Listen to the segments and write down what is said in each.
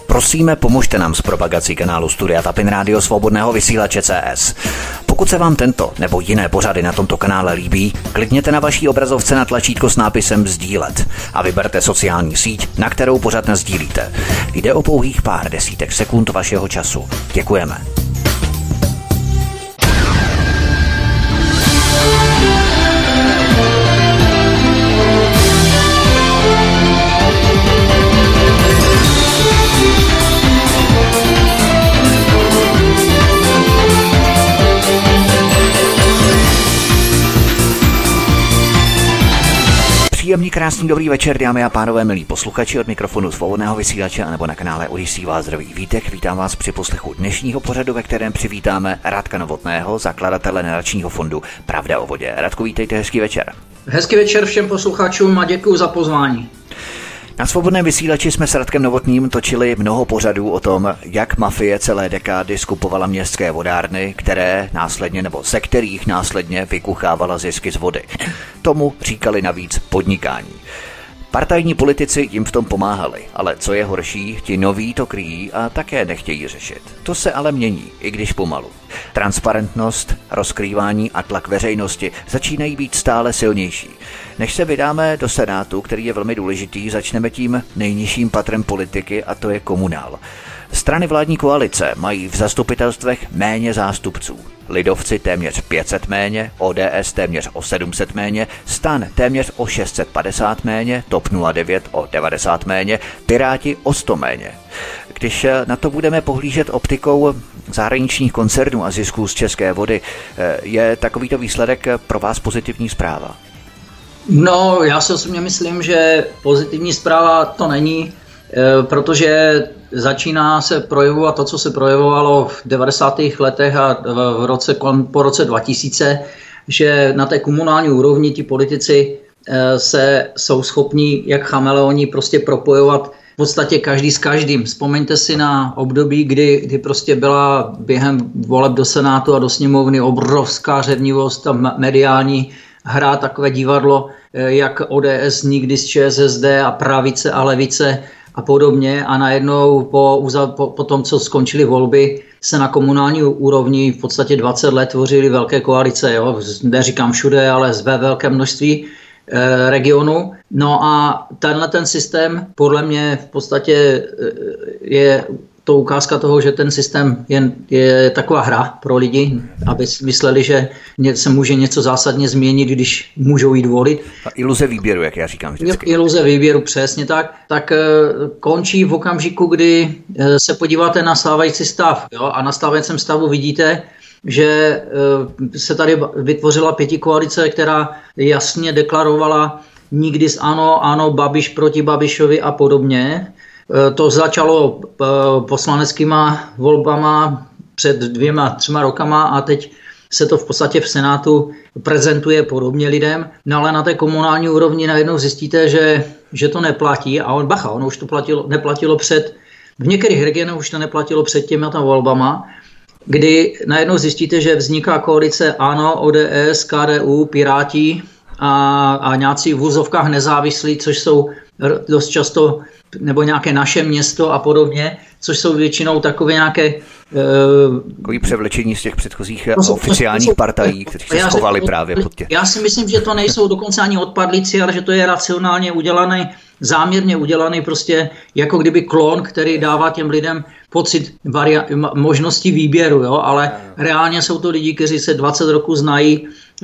Prosíme, pomožte nám s propagací kanálu Studia Tapin Rádio Svobodného vysílače CS. Pokud se vám tento nebo jiné pořady na tomto kanále líbí, klikněte na vaší obrazovce na tlačítko s nápisem sdílet a vyberte sociální síť, na kterou pořad nasdílíte. Jde o pouhých pár desítek sekund vašeho času. Děkujeme. Příjemný, krásný, dobrý večer, dámy a pánové, milí posluchači, od mikrofonu Svobodného vysílače anebo na kanále Odyssey vás zdraví Vítek. Vítám vás při poslechu dnešního pořadu, ve kterém přivítáme Radka Novotného, zakladatele nadačního fondu Pravda o vodě. Radku, vítejte, hezký večer. Hezký večer všem posluchačům a děkuji za pozvání. Na Svobodném vysílači jsme s Radkem Novotným točili mnoho pořadů o tom, jak mafie celé dekády skupovala městské vodárny, ze kterých následně vykuchávala zisky z vody. Tomu říkali navíc podnikání. Partajní politici jim v tom pomáhali, ale co je horší, ti noví to kryjí a také nechtějí řešit. To se ale mění, i když pomalu. Transparentnost, rozkrývání a tlak veřejnosti začínají být stále silnější. Než se vydáme do Senátu, který je velmi důležitý, začneme tím nejnižším patrem politiky, a to je komunál. Strany vládní koalice mají v zastupitelstvech méně zástupců. Lidovci téměř 500 méně, ODS téměř o 700 méně, STAN téměř o 650 méně, TOP 09 o 90 méně, Piráti o 100 méně. Když na to budeme pohlížet optikou zahraničních koncernů a zisků z české vody, je takovýto výsledek pro vás pozitivní zpráva? No, já si osobně myslím, že pozitivní zpráva to není, protože začíná se projevovat to, co se projevovalo v 90. letech a po roce 2000, že na té komunální úrovni ti politici jsou schopní, jak chameleoni, prostě propojovat v podstatě každý s každým. Vzpomeňte si na období, kdy prostě byla během voleb do Senátu a do sněmovny obrovská řevnivost a mediální hra, takové divadlo, jak ODS nikdy z ČSSD a pravice a levice a podobně, a najednou po tom, co skončily volby, se na komunální úrovni v podstatě 20 let tvořily velké koalice, jo? Neříkám všude, ale ve velké množství regionů. No a ten systém podle mě v podstatě je to ukázka toho, že ten systém je taková hra pro lidi, aby mysleli, že se může něco zásadně změnit, když můžou jít volit. A iluze výběru, jak já říkám vždycky. Iluze výběru, přesně tak končí v okamžiku, kdy se podíváte na stávající stav. Jo? A na stávajícím stavu vidíte, že se tady vytvořila pětikoalice, která jasně deklarovala nikdy s ANO, Babiš proti Babišovi a podobně. To začalo poslaneckýma volbama před 2-3 rokama a teď se to v podstatě v Senátu prezentuje podobně lidem. No ale na té komunální úrovni najednou zjistíte, že to neplatí a ono už to neplatilo v některých regionech už to neplatilo před těmito volbama, kdy najednou zjistíte, že vzniká koalice ANO, ODS, KDU, Piráti a nějací v úzovkách nezávislí, což jsou dost často, nebo nějaké naše město a podobně, což jsou většinou takové nějaké... Takový převlečení z těch předchozích oficiálních partají, kteří se schovali právě pod tě. Já si myslím, že to nejsou dokonce ani odpadlíci, ale že to je racionálně udělané, záměrně udělaný prostě jako kdyby klon, který dává těm lidem pocit možnosti výběru, jo? Ale reálně jsou to lidi, kteří se 20 roků znají,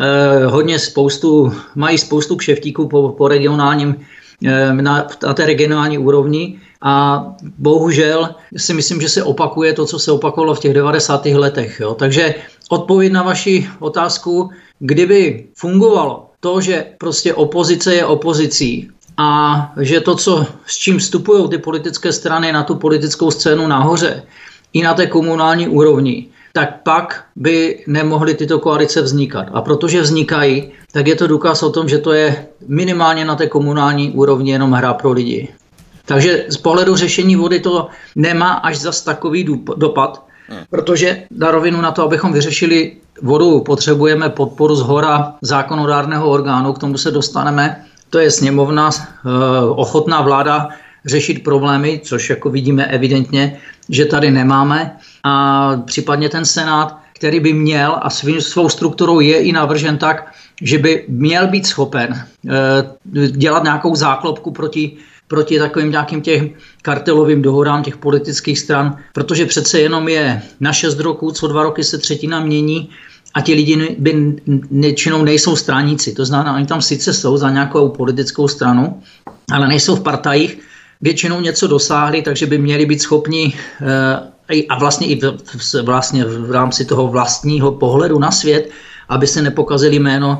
mají spoustu kšeftíků po regionálním na té regionální úrovni a bohužel si myslím, že se opakuje to, co se opakovalo v těch 90. letech. Jo? Takže odpověď na vaši otázku, kdyby fungovalo to, že prostě opozice je opozicí a že to, s čím vstupují ty politické strany na tu politickou scénu nahoře i na té komunální úrovni, tak pak by nemohly tyto koalice vznikat. A protože vznikají, tak je to důkaz o tom, že to je minimálně na té komunální úrovni jenom hra pro lidi. Takže z pohledu řešení vody to nemá až zas takový dopad, protože na rovinu na to, abychom vyřešili vodu, potřebujeme podporu zhora zákonodárného orgánu, k tomu se dostaneme. To je sněmovna, ochotná vláda řešit problémy, což jako vidíme evidentně, že tady nemáme. A případně ten Senát, který by měl a svou strukturou je i navržen tak, že by měl být schopen dělat nějakou záklopku proti takovým nějakým těch kartelovým dohodám těch politických stran, protože přece jenom je na 6 roků, co 2 roky se třetina mění a ti lidi většinou nejsou straníci. To znamená, oni tam sice jsou za nějakou politickou stranu, ale nejsou v partajích, většinou něco dosáhli, takže by měli být schopni a vlastně i v rámci toho vlastního pohledu na svět, aby se nepokazili jméno,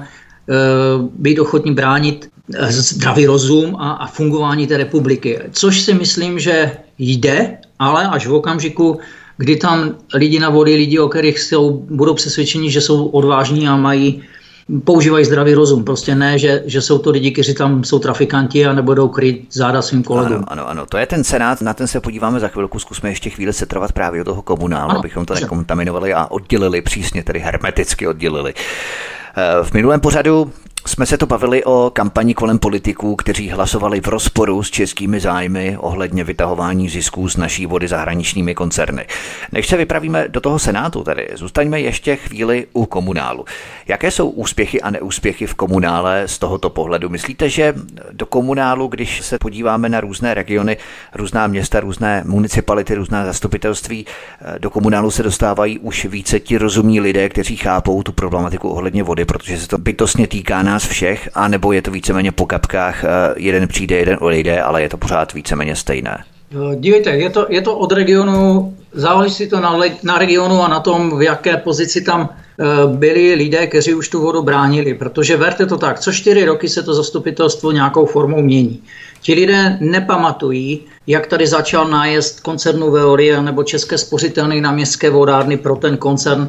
být ochotní bránit zdravý rozum a fungování té republiky. Což si myslím, že jde, ale až v okamžiku, kdy tam lidi navolí lidi, o kterých budou přesvědčeni, že jsou odvážní a používají zdravý rozum. Prostě ne, že jsou to lidi, kteří tam jsou trafikanti a nebudou kryt záda svým kolegům. Ano. To je ten Senát, na ten se podíváme za chvilku. Zkusme ještě chvíli se trvat právě od toho komunálu, abychom to nekontaminovali a oddělili přísně, tedy hermeticky oddělili. V minulém pořadu jsme se to bavili o kampani kolem politiků, kteří hlasovali v rozporu s českými zájmy ohledně vytahování zisků z naší vody zahraničními koncerny. Než se vypravíme do toho Senátu, tady zůstaňme ještě chvíli u komunálu. Jaké jsou úspěchy a neúspěchy v komunále z tohoto pohledu? Myslíte, že do komunálu, když se podíváme na různé regiony, různá města, různé municipality, různá zastupitelství, do komunálu se dostávají už více ti rozumní lidé, kteří chápou tu problematiku ohledně vody, protože se to bytostně týká nás všech, anebo je to víceméně po kapkách, jeden přijde, jeden odejde, ale je to pořád víceméně stejné? Dívejte, je to od regionu, záleží si to na regionu a na tom, v jaké pozici tam byli lidé, kteří už tu vodu bránili, protože verte to tak, co 4 roky se to zastupitelstvo nějakou formou mění. Ti lidé nepamatují, jak tady začal nájezd koncernu Veolia nebo České spořitelny na městské vodárny pro ten koncern.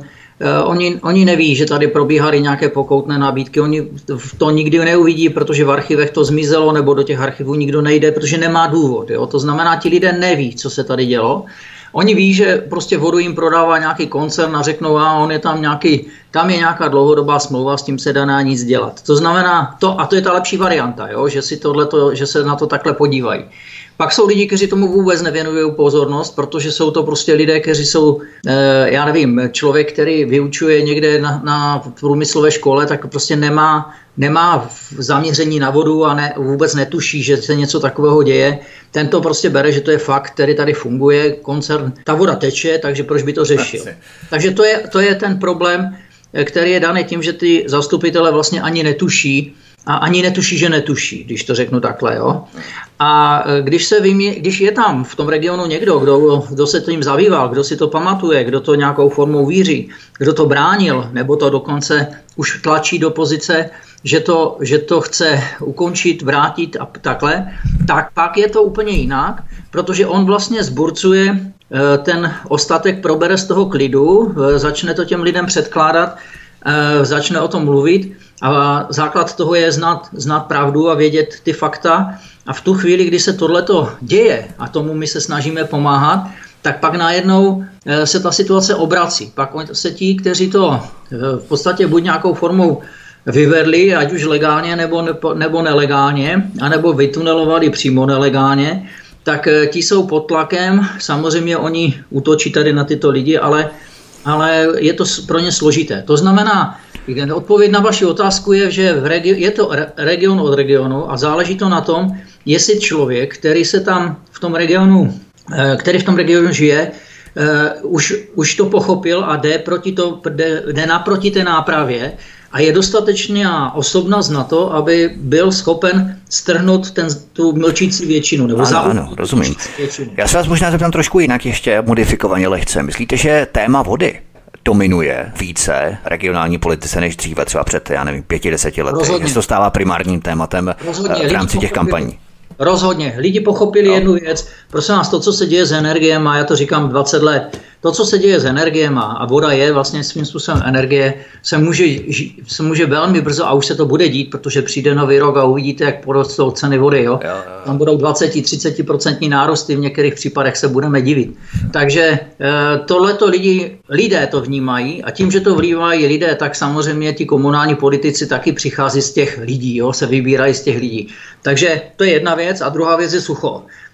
Oni neví, že tady probíhaly nějaké pokoutné nabídky, oni to nikdy neuvidí, protože v archivech to zmizelo, nebo do těch archivů nikdo nejde, protože nemá důvod. Jo? To znamená, ti lidé neví, co se tady dělo. Oni ví, že prostě vodu jim prodává nějaký koncern a řeknou, on je tam je nějaká dlouhodobá smlouva, s tím se dá nic dělat. To znamená, to je ta lepší varianta, jo? Že se na to takhle podívají. Pak jsou lidi, kteří tomu vůbec nevěnují pozornost, protože jsou to prostě lidé, kteří jsou, já nevím, člověk, který vyučuje někde na průmyslové škole, tak prostě nemá zaměření na vodu a vůbec netuší, že se něco takového děje. Ten to prostě bere, že to je fakt, který tady funguje, koncern, ta voda teče, takže proč by to řešil. Takže to je ten problém, který je daný tím, že ty zastupitelé vlastně ani netuší, a ani netuší, že netuší, když to řeknu takhle. Jo? A když je tam v tom regionu někdo, kdo se tím zabýval, kdo si to pamatuje, kdo to nějakou formou víří, kdo to bránil, nebo to dokonce už tlačí do pozice, že to chce ukončit, vrátit a takhle, tak pak je to úplně jinak, protože on vlastně zburcuje ten ostatek, probere z toho klidu, začne to těm lidem předkládat, začne o tom mluvit a základ toho je znát pravdu a vědět ty fakta. A v tu chvíli, kdy se tohleto děje a tomu my se snažíme pomáhat, tak pak najednou se ta situace obrací. Pak se ti, kteří to v podstatě buď nějakou formou vyvedli, ať už legálně nebo nelegálně, anebo vytunelovali přímo nelegálně, tak ti jsou pod tlakem. Samozřejmě oni útočí tady na tyto lidi, ale je to pro ně složité. To znamená, odpověď na vaši otázku je, že je to region od regionu a záleží to na tom, jestli člověk, který v tom regionu žije, už to pochopil a jde naproti té nápravě a je dostatečně osobnost na to, aby byl schopen strhnout tu mlčící většinu. Nebo ano, rozumím. Většinu. Já se vás možná zeptám trošku jinak, ještě modifikovaně lehce. Myslíte, že téma vody dominuje více regionální politice než dříve, třeba před, 5-10 lety? Rozhodně. Že to stává primárním tématem v rámci těch kampaní? Rozhodně. Lidi pochopili jednu věc. Prosím vás, to, co se děje s energiema, já to říkám 20 let, to, co se děje s energiema, a voda je vlastně svým způsobem energie, se může velmi brzo, a už se to bude dít, protože přijde nový rok a uvidíte, jak porostou ceny vody. Jo? Tam budou 20-30% nárosty, v některých případech se budeme divit. Takže tohleto lidé to vnímají a tím, že to vnímají lidé, tak samozřejmě ti komunální politici taky přichází z těch lidí, se vybírají z těch lidí. Takže to je jedna věc a druhá věc je sucho.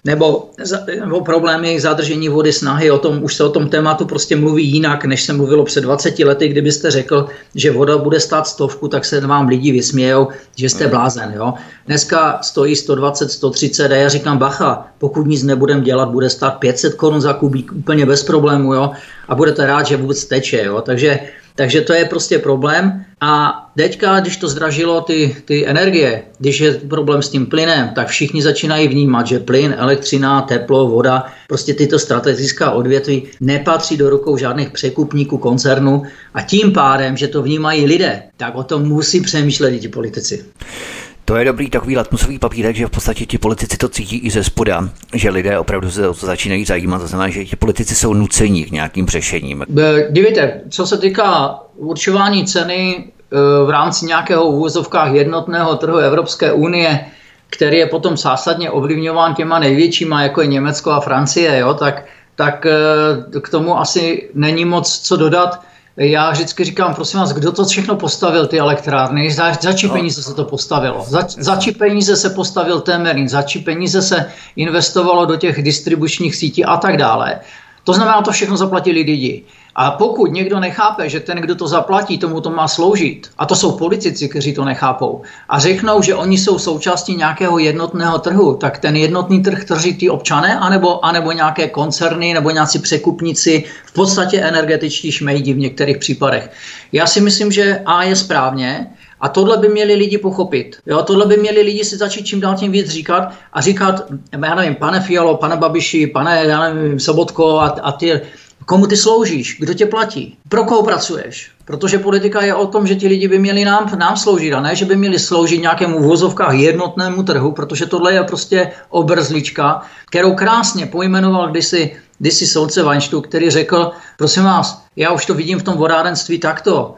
nebo problémy zadržení vody, snahy, už se o tom tématu prostě mluví jinak, než se mluvilo před 20 lety, kdybyste řekl, že voda bude stát 100, tak se vám lidi vysmějou, že jste blázen. Jo? Dneska stojí 120, 130 a já říkám bacha, pokud nic nebudeme dělat, bude stát 500 korun za kubík úplně bez problému, jo? A budete rád, že vůbec teče. Jo? Takže to je prostě problém. A teďka, když to zdražilo ty energie, když je problém s tím plynem, tak všichni začínají vnímat, že plyn, elektřina, teplo, voda, prostě tyto strategická odvětví nepatří do rukou žádných překupníků, koncernů a tím pádem, že to vnímají lidé, tak o tom musí přemýšlet i ti politici. To je dobrý takový latmusový papírek, že v podstatě ti politici to cítí i ze spoda, že lidé opravdu se o to začínají zajímat, to znamená, že ti politici jsou nuceni k nějakým řešením. Dívejte, co se týká určování ceny v rámci nějakého v úvozovkách jednotného trhu Evropské unie, který je potom zásadně ovlivňován těma největšíma, jako je Německo a Francie, jo, tak k tomu asi není moc co dodat. Já vždycky říkám, prosím vás, kdo to všechno postavil, ty elektrárny, za čí peníze se to postavilo, za čí peníze se postavil Temelín, za čí peníze se investovalo do těch distribučních sítí a tak dále. To znamená, to všechno zaplatili lidi. A pokud někdo nechápe, že ten, kdo to zaplatí, tomu to má sloužit, a to jsou politici, kteří to nechápou, a řeknou, že oni jsou součástí nějakého jednotného trhu, tak ten jednotný trh tvoří ty občané, anebo nějaké koncerny, nebo nějací překupníci, v podstatě energetičtí šmejdi v některých případech. Já si myslím, že A je správně, a tohle by měli lidi pochopit. Jo? Tohle by měli lidi si začít čím dál tím víc říkat a říkat, já nevím, pane Fialo, pane Babiši, pane Sobotko a ty, komu ty sloužíš, kdo tě platí, pro koho pracuješ. Protože politika je o tom, že ti lidi by měli nám sloužit a ne, že by měli sloužit nějakému v vozovkách jednotnému trhu, protože tohle je prostě obrzlička, kterou krásně pojmenoval kdysi soudce Weinstuhl, který řekl, prosím vás, já už to vidím v tom vodárenství takto.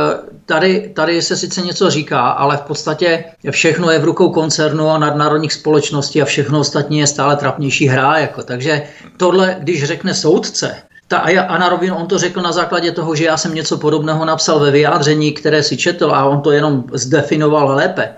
Tady se sice něco říká, ale v podstatě všechno je v rukou koncernu a nadnárodních společností a všechno ostatní je stále trapnější hra. Jako. Takže tohle, když řekne soudce, a na rovinu on to řekl na základě toho, že já jsem něco podobného napsal ve vyjádření, které si četl a on to jenom zdefinoval lépe,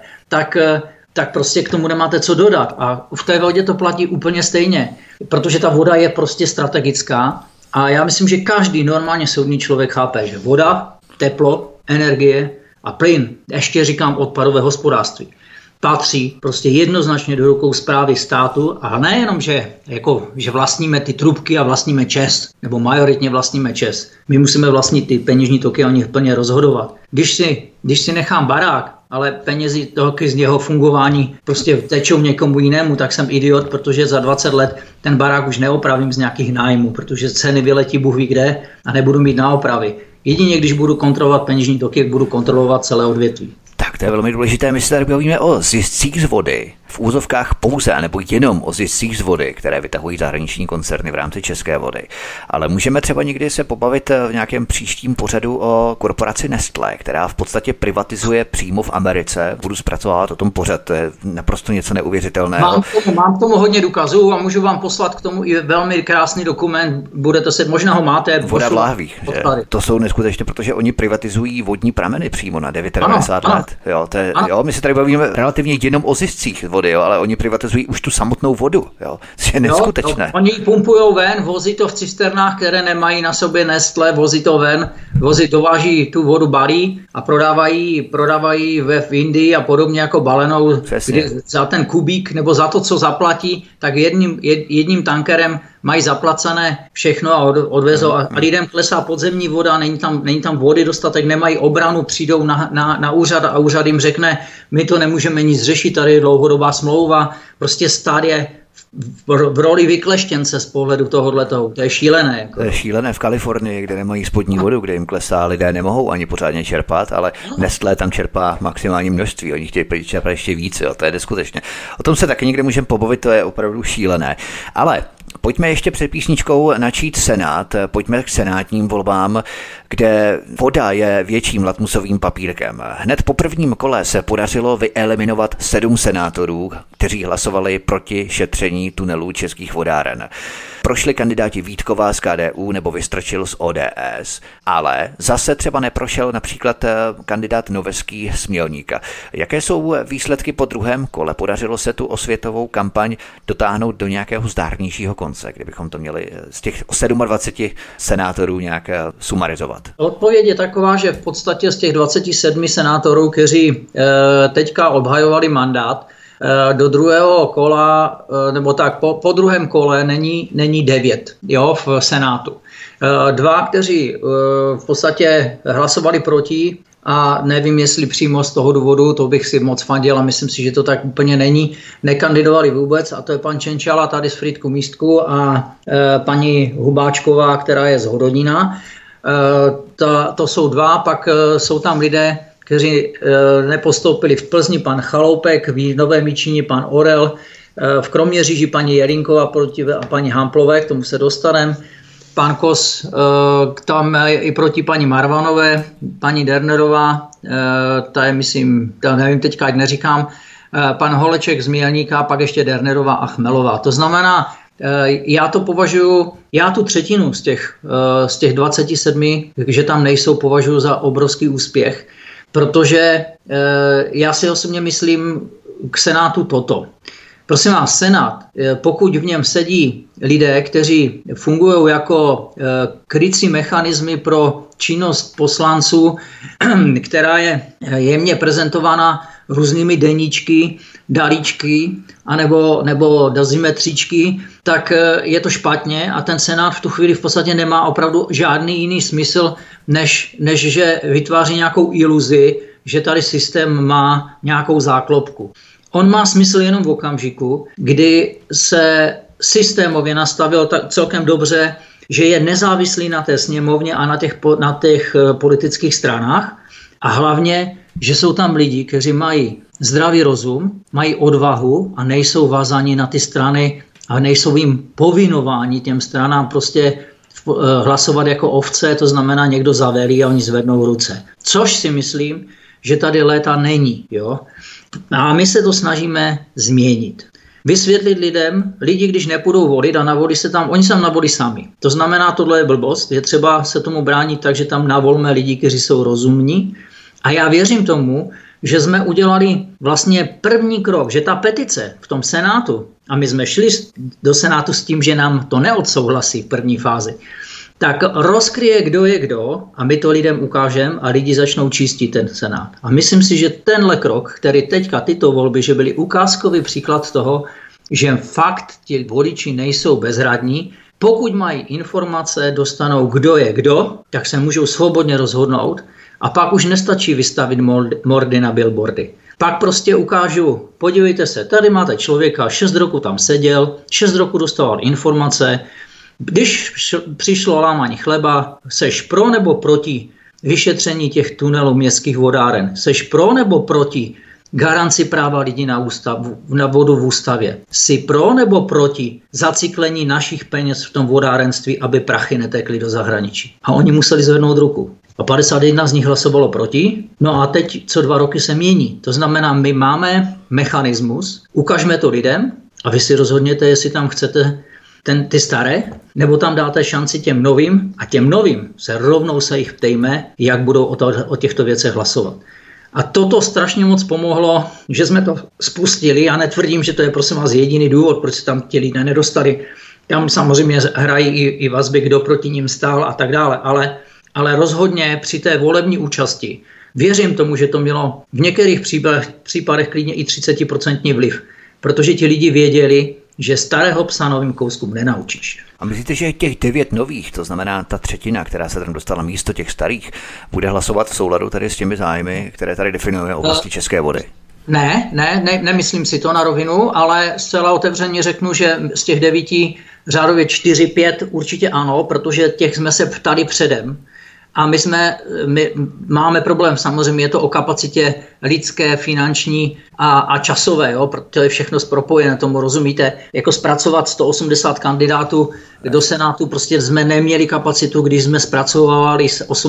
tak prostě k tomu nemáte co dodat. A v té vodě to platí úplně stejně, protože ta voda je prostě strategická a já myslím, že každý normálně soudný člověk chápe, že voda, teplo, energie a plyn, ještě říkám odpadové hospodářství, patří prostě jednoznačně do rukou správy státu a nejenom, že vlastníme ty trubky a vlastníme ČEZ, nebo majoritně vlastníme ČEZ. My musíme vlastnit ty peněžní toky a o nich plně rozhodovat. Když si nechám barák, ale penězi toky z jeho fungování prostě tečou někomu jinému, tak jsem idiot, protože za 20 let ten barák už neopravím z nějakých nájmů, protože ceny vyletí Bůh ví kde a nebudu mít na opravy. Jedině, když budu kontrolovat peněžní toky, budu kontrolovat celé odvětví. Tak to je velmi důležité. My se tady bavíme o ziscích z vody, v úzovkách pouze, nebo jenom o ziscích z vody, které vytahují zahraniční koncerny v rámci české vody. Ale můžeme třeba někdy se pobavit v nějakém příštím pořadu o korporaci Nestlé, která v podstatě privatizuje přímo v Americe. Budu zpracovat o tom pořad, to je naprosto něco neuvěřitelného. Mám k tomu hodně důkazů a můžu vám poslat k tomu i velmi krásný dokument. Budete se, možná ho máte. Voda v láhvích. To jsou neskutečně, protože oni privatizují vodní prameny přímo na 99 let. Jo, my se tady bavíme relativně jenom o ziscích vody, jo, ale oni privatizují už tu samotnou vodu. Jo. To je neskutečné. Jo, oni pumpujou ven, vozí to v cisternách, které nemají na sobě Nestlé, vozí to ven, dováží tu vodu balí a prodávají v Indii a podobně jako balenou, kdy za ten kubík nebo za to, co zaplatí, tak jedním tankerem mají zaplacené všechno a odvezou a lidem klesá podzemní voda, není tam vody dostatek, nemají obranu, přijdou na úřad a úřad jim řekne, my to nemůžeme nic řešit, tady je dlouhodobá smlouva, prostě stát je v roli vykleštěnce z pohledu tohohletoho. To je šílené. Jako. To je šílené v Kalifornii, kde nemají spodní vodu, kde jim klesá, lidé nemohou ani pořádně čerpat, ale Nestlé tam čerpá maximální množství, oni chtějí čerpat ještě víc, jo, to je neskutečné. O tom se taky někde můžeme pobavit, to je opravdu šílené. Ale Pojďme ještě před písničkou načít Senát, pojďme k senátním volbám, kde voda je větším lakmusovým papírkem. Hned po prvním kole se podařilo vyeliminovat 7 senátorů, kteří hlasovali proti šetření tunelů českých vodáren. Prošli kandidáti Vítková z KDU nebo Vystrčil z ODS, ale zase třeba neprošel například kandidát Noveský z Mělníka. Jaké jsou výsledky po druhém kole? Podařilo se tu osvětovou kampaň dotáhnout do nějakého zdárnějšího konce, kdybychom to měli z těch 27 senátorů nějak sumarizovat? Odpověď je taková, že v podstatě z těch 27 senátorů, kteří teďka obhajovali mandát, do druhého kola, nebo tak po druhém kole není 9 v Senátu. 2, kteří v podstatě hlasovali proti, a nevím, jestli přímo z toho důvodu, to bych si moc fandil a myslím si, že to tak úplně není, nekandidovali vůbec, a to je pan Čenčala tady z Frýdku Místku a paní Hubáčková, která je z Hodonína. To jsou 2, pak jsou tam lidé, kteří nepostoupili v Plzni, pan Chaloupek, v Novém Jičíně pan Orel, v Kroměříži paní Jelínková a paní Hamplové, k tomu se dostaneme. Pan Kos tam i proti paní Marvanové, paní Dernerová, ta je, myslím, nevím teďka, ať neříkám, pan Holeček z Mělníka, pak ještě Dernerová a Chmelová. To znamená, já to považuji, já tu třetinu z těch 27, že tam nejsou, považuji za obrovský úspěch, protože já si osobně myslím k Senátu toto. Prosím vás, Senát, pokud v něm sedí lidé, kteří fungují jako krycí mechanismy pro činnost poslanců, která je jemně prezentována různými deníčky, dalíčky, nebo dozimetříčky, tak je to špatně a ten Senát v tu chvíli v podstatě nemá opravdu žádný jiný smysl, než že vytváří nějakou iluzi, že tady systém má nějakou záklopku. On má smysl jenom v okamžiku, kdy se systémově nastavil tak celkem dobře, že je nezávislý na té sněmovně a na těch politických stranách a hlavně, že jsou tam lidi, kteří mají zdravý rozum, mají odvahu a nejsou vázáni na ty strany a nejsou jim povinováni těm stranám prostě hlasovat jako ovce, to znamená někdo zavelí a oni zvednou ruce. Což si myslím, že tady léta není. Jo? A my se to snažíme změnit. Vysvětlit lidem, lidi, když nepůjdou volit a navolí se tam, oni se tam navolí sami. To znamená, tohle je blbost, je třeba se tomu bránit tak, že tam navolme lidi, kteří jsou rozumní. A já věřím tomu, že jsme udělali vlastně první krok, že ta petice v tom Senátu, a my jsme šli do Senátu s tím, že nám to neodsouhlasí v první fázi, tak rozkryje, kdo je kdo a my to lidem ukážeme a lidi začnou čistit ten Senát. A myslím si, že tenhle krok, který teďka tyto volby, že byly ukázkový příklad toho, že fakt ti voliči nejsou bezradní, pokud mají informace, dostanou kdo je kdo, tak se můžou svobodně rozhodnout a pak už nestačí vystavit mordy na billboardy. Pak prostě ukážu, podívejte se, tady máte člověka, 6 roku tam seděl, 6 roku dostával informace. Když přišlo lámání chleba, seš pro nebo proti vyšetření těch tunelů městských vodáren? Seš pro nebo proti garanci práva lidí na vodu v ústavě? Jsi pro nebo proti zacyklení našich peněz v tom vodárenství, aby prachy netekly do zahraničí? A oni museli zvednout ruku. A 51 z nich hlasovalo proti. No a teď co 2 roky se mění. To znamená, my máme mechanismus, ukažme to lidem a vy si rozhodněte, jestli tam chcete ty staré, nebo tam dáte šanci těm novým a těm novým se jich ptejme, jak budou o těchto věcech hlasovat. A toto strašně moc pomohlo, že jsme to spustili. Já netvrdím, že to je prosím vás jediný důvod, proč se tam ti lidé nedostali. Tam samozřejmě hrají i vazby, kdo proti ním stál a tak dále, ale rozhodně při té volební účasti věřím tomu, že to mělo v některých případech klidně i 30% vliv, protože ti lidi věděli, že starého psa novým kouskům nenaučíš. A myslíte, že těch 9 nových, to znamená ta třetina, která se tam dostala místo těch starých, bude hlasovat v souladu tady s těmi zájmy, které tady definuje oblasti české vody? Nemyslím si to na rovinu, ale zcela otevřeně řeknu, že z těch 9 řádově 4-5 určitě ano, protože těch jsme se ptali předem. A my máme problém, samozřejmě je to o kapacitě lidské, finanční a časové, jo? To je všechno propojené, tomu rozumíte, jako zpracovat 180 kandidátů do Senátu, prostě jsme neměli kapacitu, když jsme zpracovali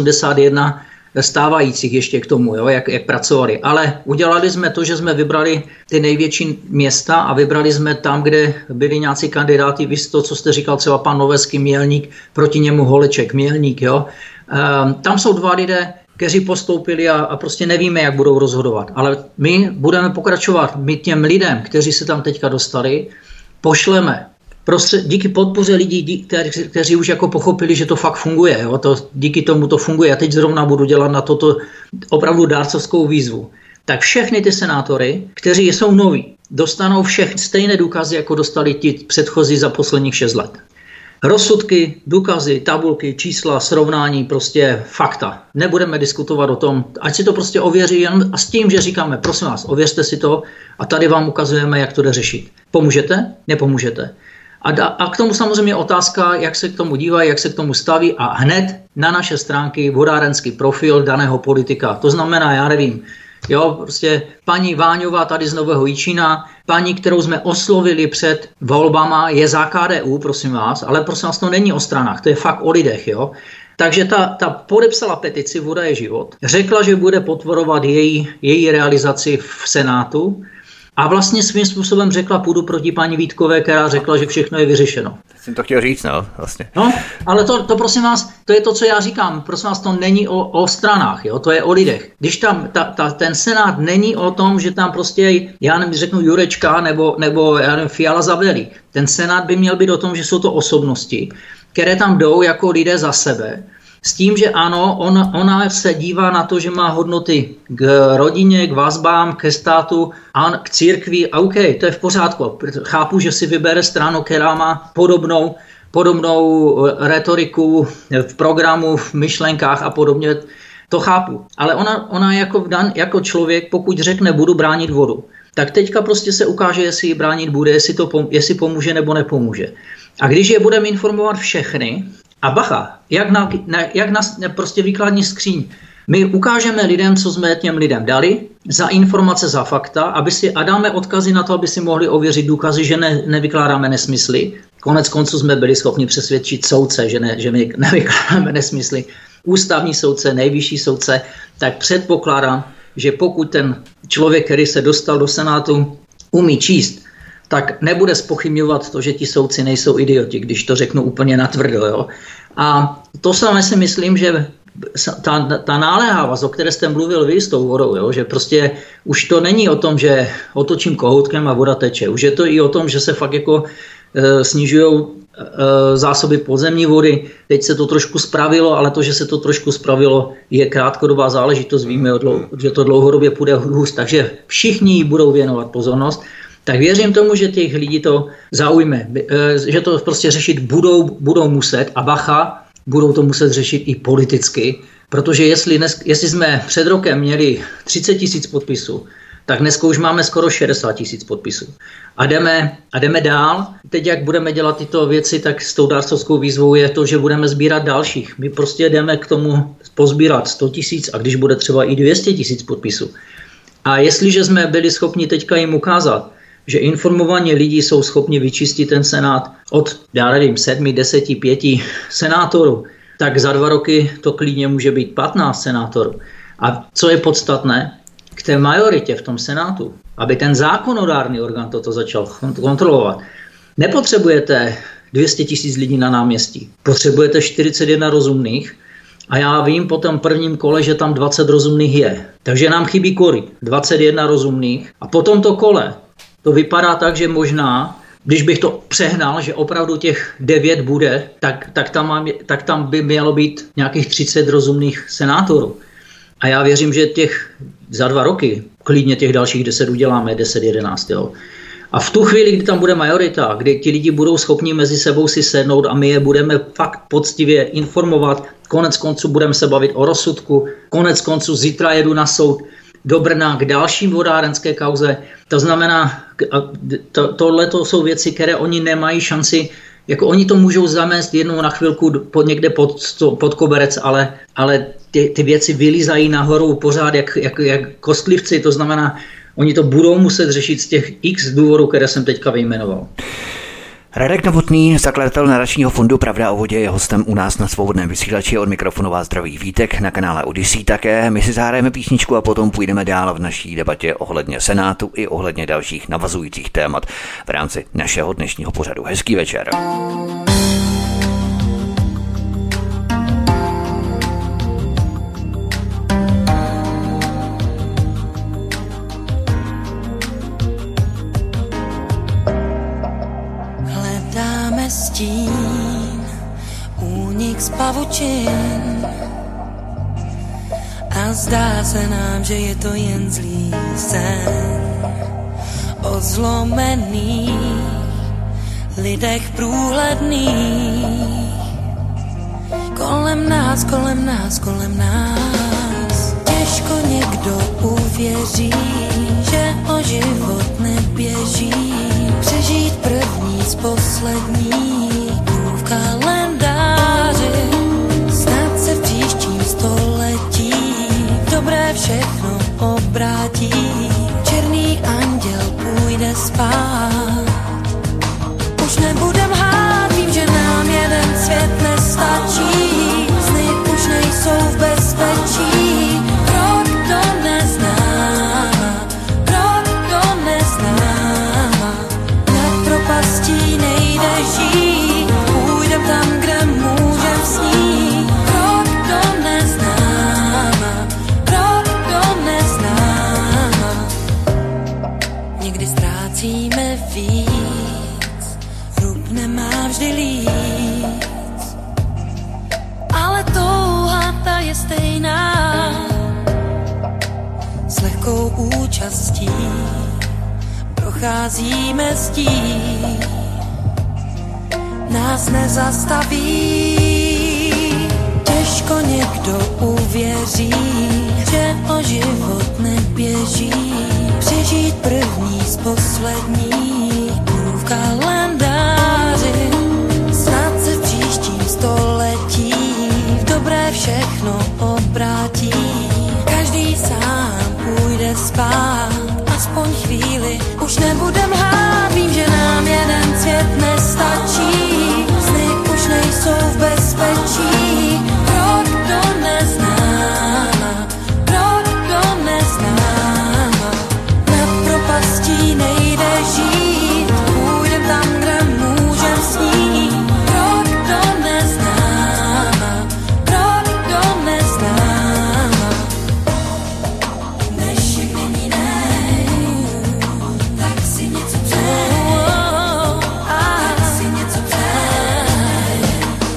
81 stávajících ještě k tomu, jo, jak pracovali. Ale udělali jsme to, že jsme vybrali ty největší města a vybrali jsme tam, kde byli nějací kandidáti, víš to, co jste říkal, třeba pan Noveský, Mělník, proti němu Holeček, Mělník, jo. Tam jsou dva lidé, kteří postoupili a prostě nevíme, jak budou rozhodovat. Ale my budeme pokračovat, my těm lidem, kteří se tam teďka dostali, pošleme díky podpoře lidí, kteří už jako pochopili, že to fakt funguje. Jo? Díky tomu to funguje. Já teď zrovna budu dělat na toto opravdu dárcovskou výzvu. Tak všechny ty senátory, kteří jsou noví, dostanou stejné důkazy, jako dostali ti předchozí za posledních 6 let. Rozsudky, důkazy, tabulky, čísla, srovnání, prostě fakta. Nebudeme diskutovat o tom, ať si to prostě ověří jen a s tím, že říkáme, prosím vás, ověřte si to a tady vám ukazujeme, jak to jde řešit. Pomůžete? Nepomůžete. A k tomu samozřejmě otázka, jak se k tomu dívají, jak se k tomu staví a hned na naše stránky vodárenský profil daného politika. To znamená, já nevím, jo, prostě paní Váňová tady z Nového Jičína, paní, kterou jsme oslovili před volbama, je za KDU, prosím vás, ale prosím vás, to není o stranách, to je fakt o lidech, jo. Takže ta podepsala petici Voda je život, řekla, že bude podporovat její realizaci v Senátu, a vlastně svým způsobem řekla, půjdu proti paní Vítkové, která řekla, že všechno je vyřešeno. Jsem to chtěl říct, no, vlastně. No, ale to prosím vás, to je to, co já říkám. Prosím vás, to není o stranách, jo, to je o lidech. Když tam ten Senát není o tom, že tam prostě, já nevím, řeknu Jurečka nebo já nevím, Fiala zavelí. Ten Senát by měl být o tom, že jsou to osobnosti, které tam jdou jako lidé za sebe, s tím, že ano, ona se dívá na to, že má hodnoty k rodině, k vazbám, ke státu a k církvi. A OK, to je v pořádku. Chápu, že si vybere stranu, která má podobnou retoriku v programu, v myšlenkách a podobně. To chápu. Ale ona jako člověk, pokud řekne, budu bránit vodu, tak teďka prostě se ukáže, jestli ji bránit bude, jestli pomůže nebo nepomůže. A když je budeme informovat všechny, a bacha, jak na prostě výkladní skříň. My ukážeme lidem, co jsme těm lidem dali, za informace, za fakta, a dáme odkazy na to, aby si mohli ověřit důkazy, že nevykládáme nesmysly. Konec konců jsme byli schopni přesvědčit soudce, že my nevykládáme nesmysly. Ústavní soudce, nejvyšší soudce, tak předpokládám, že pokud ten člověk, který se dostal do Senátu, umí číst, tak nebude zpochybňovat to, že ti soudci nejsou idioti, když to řeknu úplně natvrdo. Jo? A to samé si myslím, že ta náléhavost, o které jste mluvil vy s tou vodou, jo? Že prostě už to není o tom, že otočím kohoutkem a voda teče. Už je to i o tom, že se fakt jako snižují zásoby podzemní vody. Teď se to trošku spravilo, ale to, že se to trošku spravilo, je krátkodobá záležitost. Víme, že to dlouhodobě půjde hůř, takže všichni budou věnovat pozornost. Tak věřím tomu, že těch lidí to zaujme, že to prostě řešit budou muset a bacha, budou to muset řešit i politicky, protože jestli jsme před rokem měli 30 000 podpisů, tak dneska už máme skoro 60 000 podpisů. A jdeme dál. Teď, jak budeme dělat tyto věci, tak s tou dárcovskou výzvou je to, že budeme sbírat dalších. My prostě jdeme k tomu pozbírat 100 000 a když bude třeba i 200 000 podpisů. A jestliže jsme byli schopni teďka jim ukázat, že informovaní lidi jsou schopni vyčistit ten senát od, já nevím, 7, 10, 5 senátorů, tak za 2 roky to klidně může být 15 senátorů. A co je podstatné, k té majoritě v tom senátu, aby ten zákonodárný orgán toto začal kontrolovat, nepotřebujete 200 000 lidí na náměstí. Potřebujete 41 rozumných a já vím po tom prvním kole, že tam 20 rozumných je. Takže nám chybí kolik? 21 rozumných a po tomto kole to vypadá tak, že možná, když bych to přehnal, že opravdu těch 9 bude, tak tam by mělo být nějakých 30 rozumných senátorů. A já věřím, že za 2 roky klidně těch dalších 10 uděláme, 10, 11. Jo. A v tu chvíli, kdy tam bude majorita, kdy ti lidi budou schopni mezi sebou si sednout a my je budeme fakt poctivě informovat, konec konců budeme se bavit o rozsudku, konec konců zítra jedu na soud do Brna k další vodárenské kauze. To znamená, tohle jsou věci, které oni nemají šanci jako oni to můžou zamést jednou na chvilku někde pod koberec, ale ty věci vylízají nahoru pořád jak kostlivci, to znamená, oni to budou muset řešit z těch x důvodů, které jsem teďka vyjmenoval. Radek Novotný, zakladatel nadačního fondu Pravda o vodě, je hostem u nás na Svobodném vysílači. Od mikrofonu vás zdraví Vítek, na kanále Odyssey také. My si zahrajeme písničku a potom půjdeme dál v naší debatě ohledně Senátu i ohledně dalších navazujících témat v rámci našeho dnešního pořadu. Hezký večer. Stín, únik z pavučin a zdá se nám, že je to jen zlý sen o zlomených lidech průhledných. Kolem nás, kolem nás, kolem nás těžko někdo uvěří, že o život neběží. Přežít první z posledních dnů v kalendáři, snad se v příštím století dobré všechno obrátí. Černý anděl půjde spát, už nebudem lhát, vím, že nám jeden svět nestačí. Sny už nejsou v bezpečí, krok do neznáma, krok do neznáma. Nad propastí nejde žít, půjdem tam, kde můžem snít. Krok do neznáma, krok do neznáma. Někdy ztrácíme víc, rub nemá vždy líc, ale touha ta je stejná. S lehkou účastí procházíme zdí, nás nezastaví. Těžko někdo uvěří, že o život neběží. Přežít první z posledních dnů v kalendáři, snad se v příštím století v dobré všechno obrátí. Každý sám půjde spát, aspoň chvíli, už nebudem lhát, vím, že nám jeden svět nestačí. Sny už nejsou v bezpečí, krok do neznáma, krok do neznáma. Nad propastí nejde žít, půjdem tam, kde můžem snít. Krok do neznáma, krok do neznáma. Dnešek není tak si něco přeji, tak si něco přeji.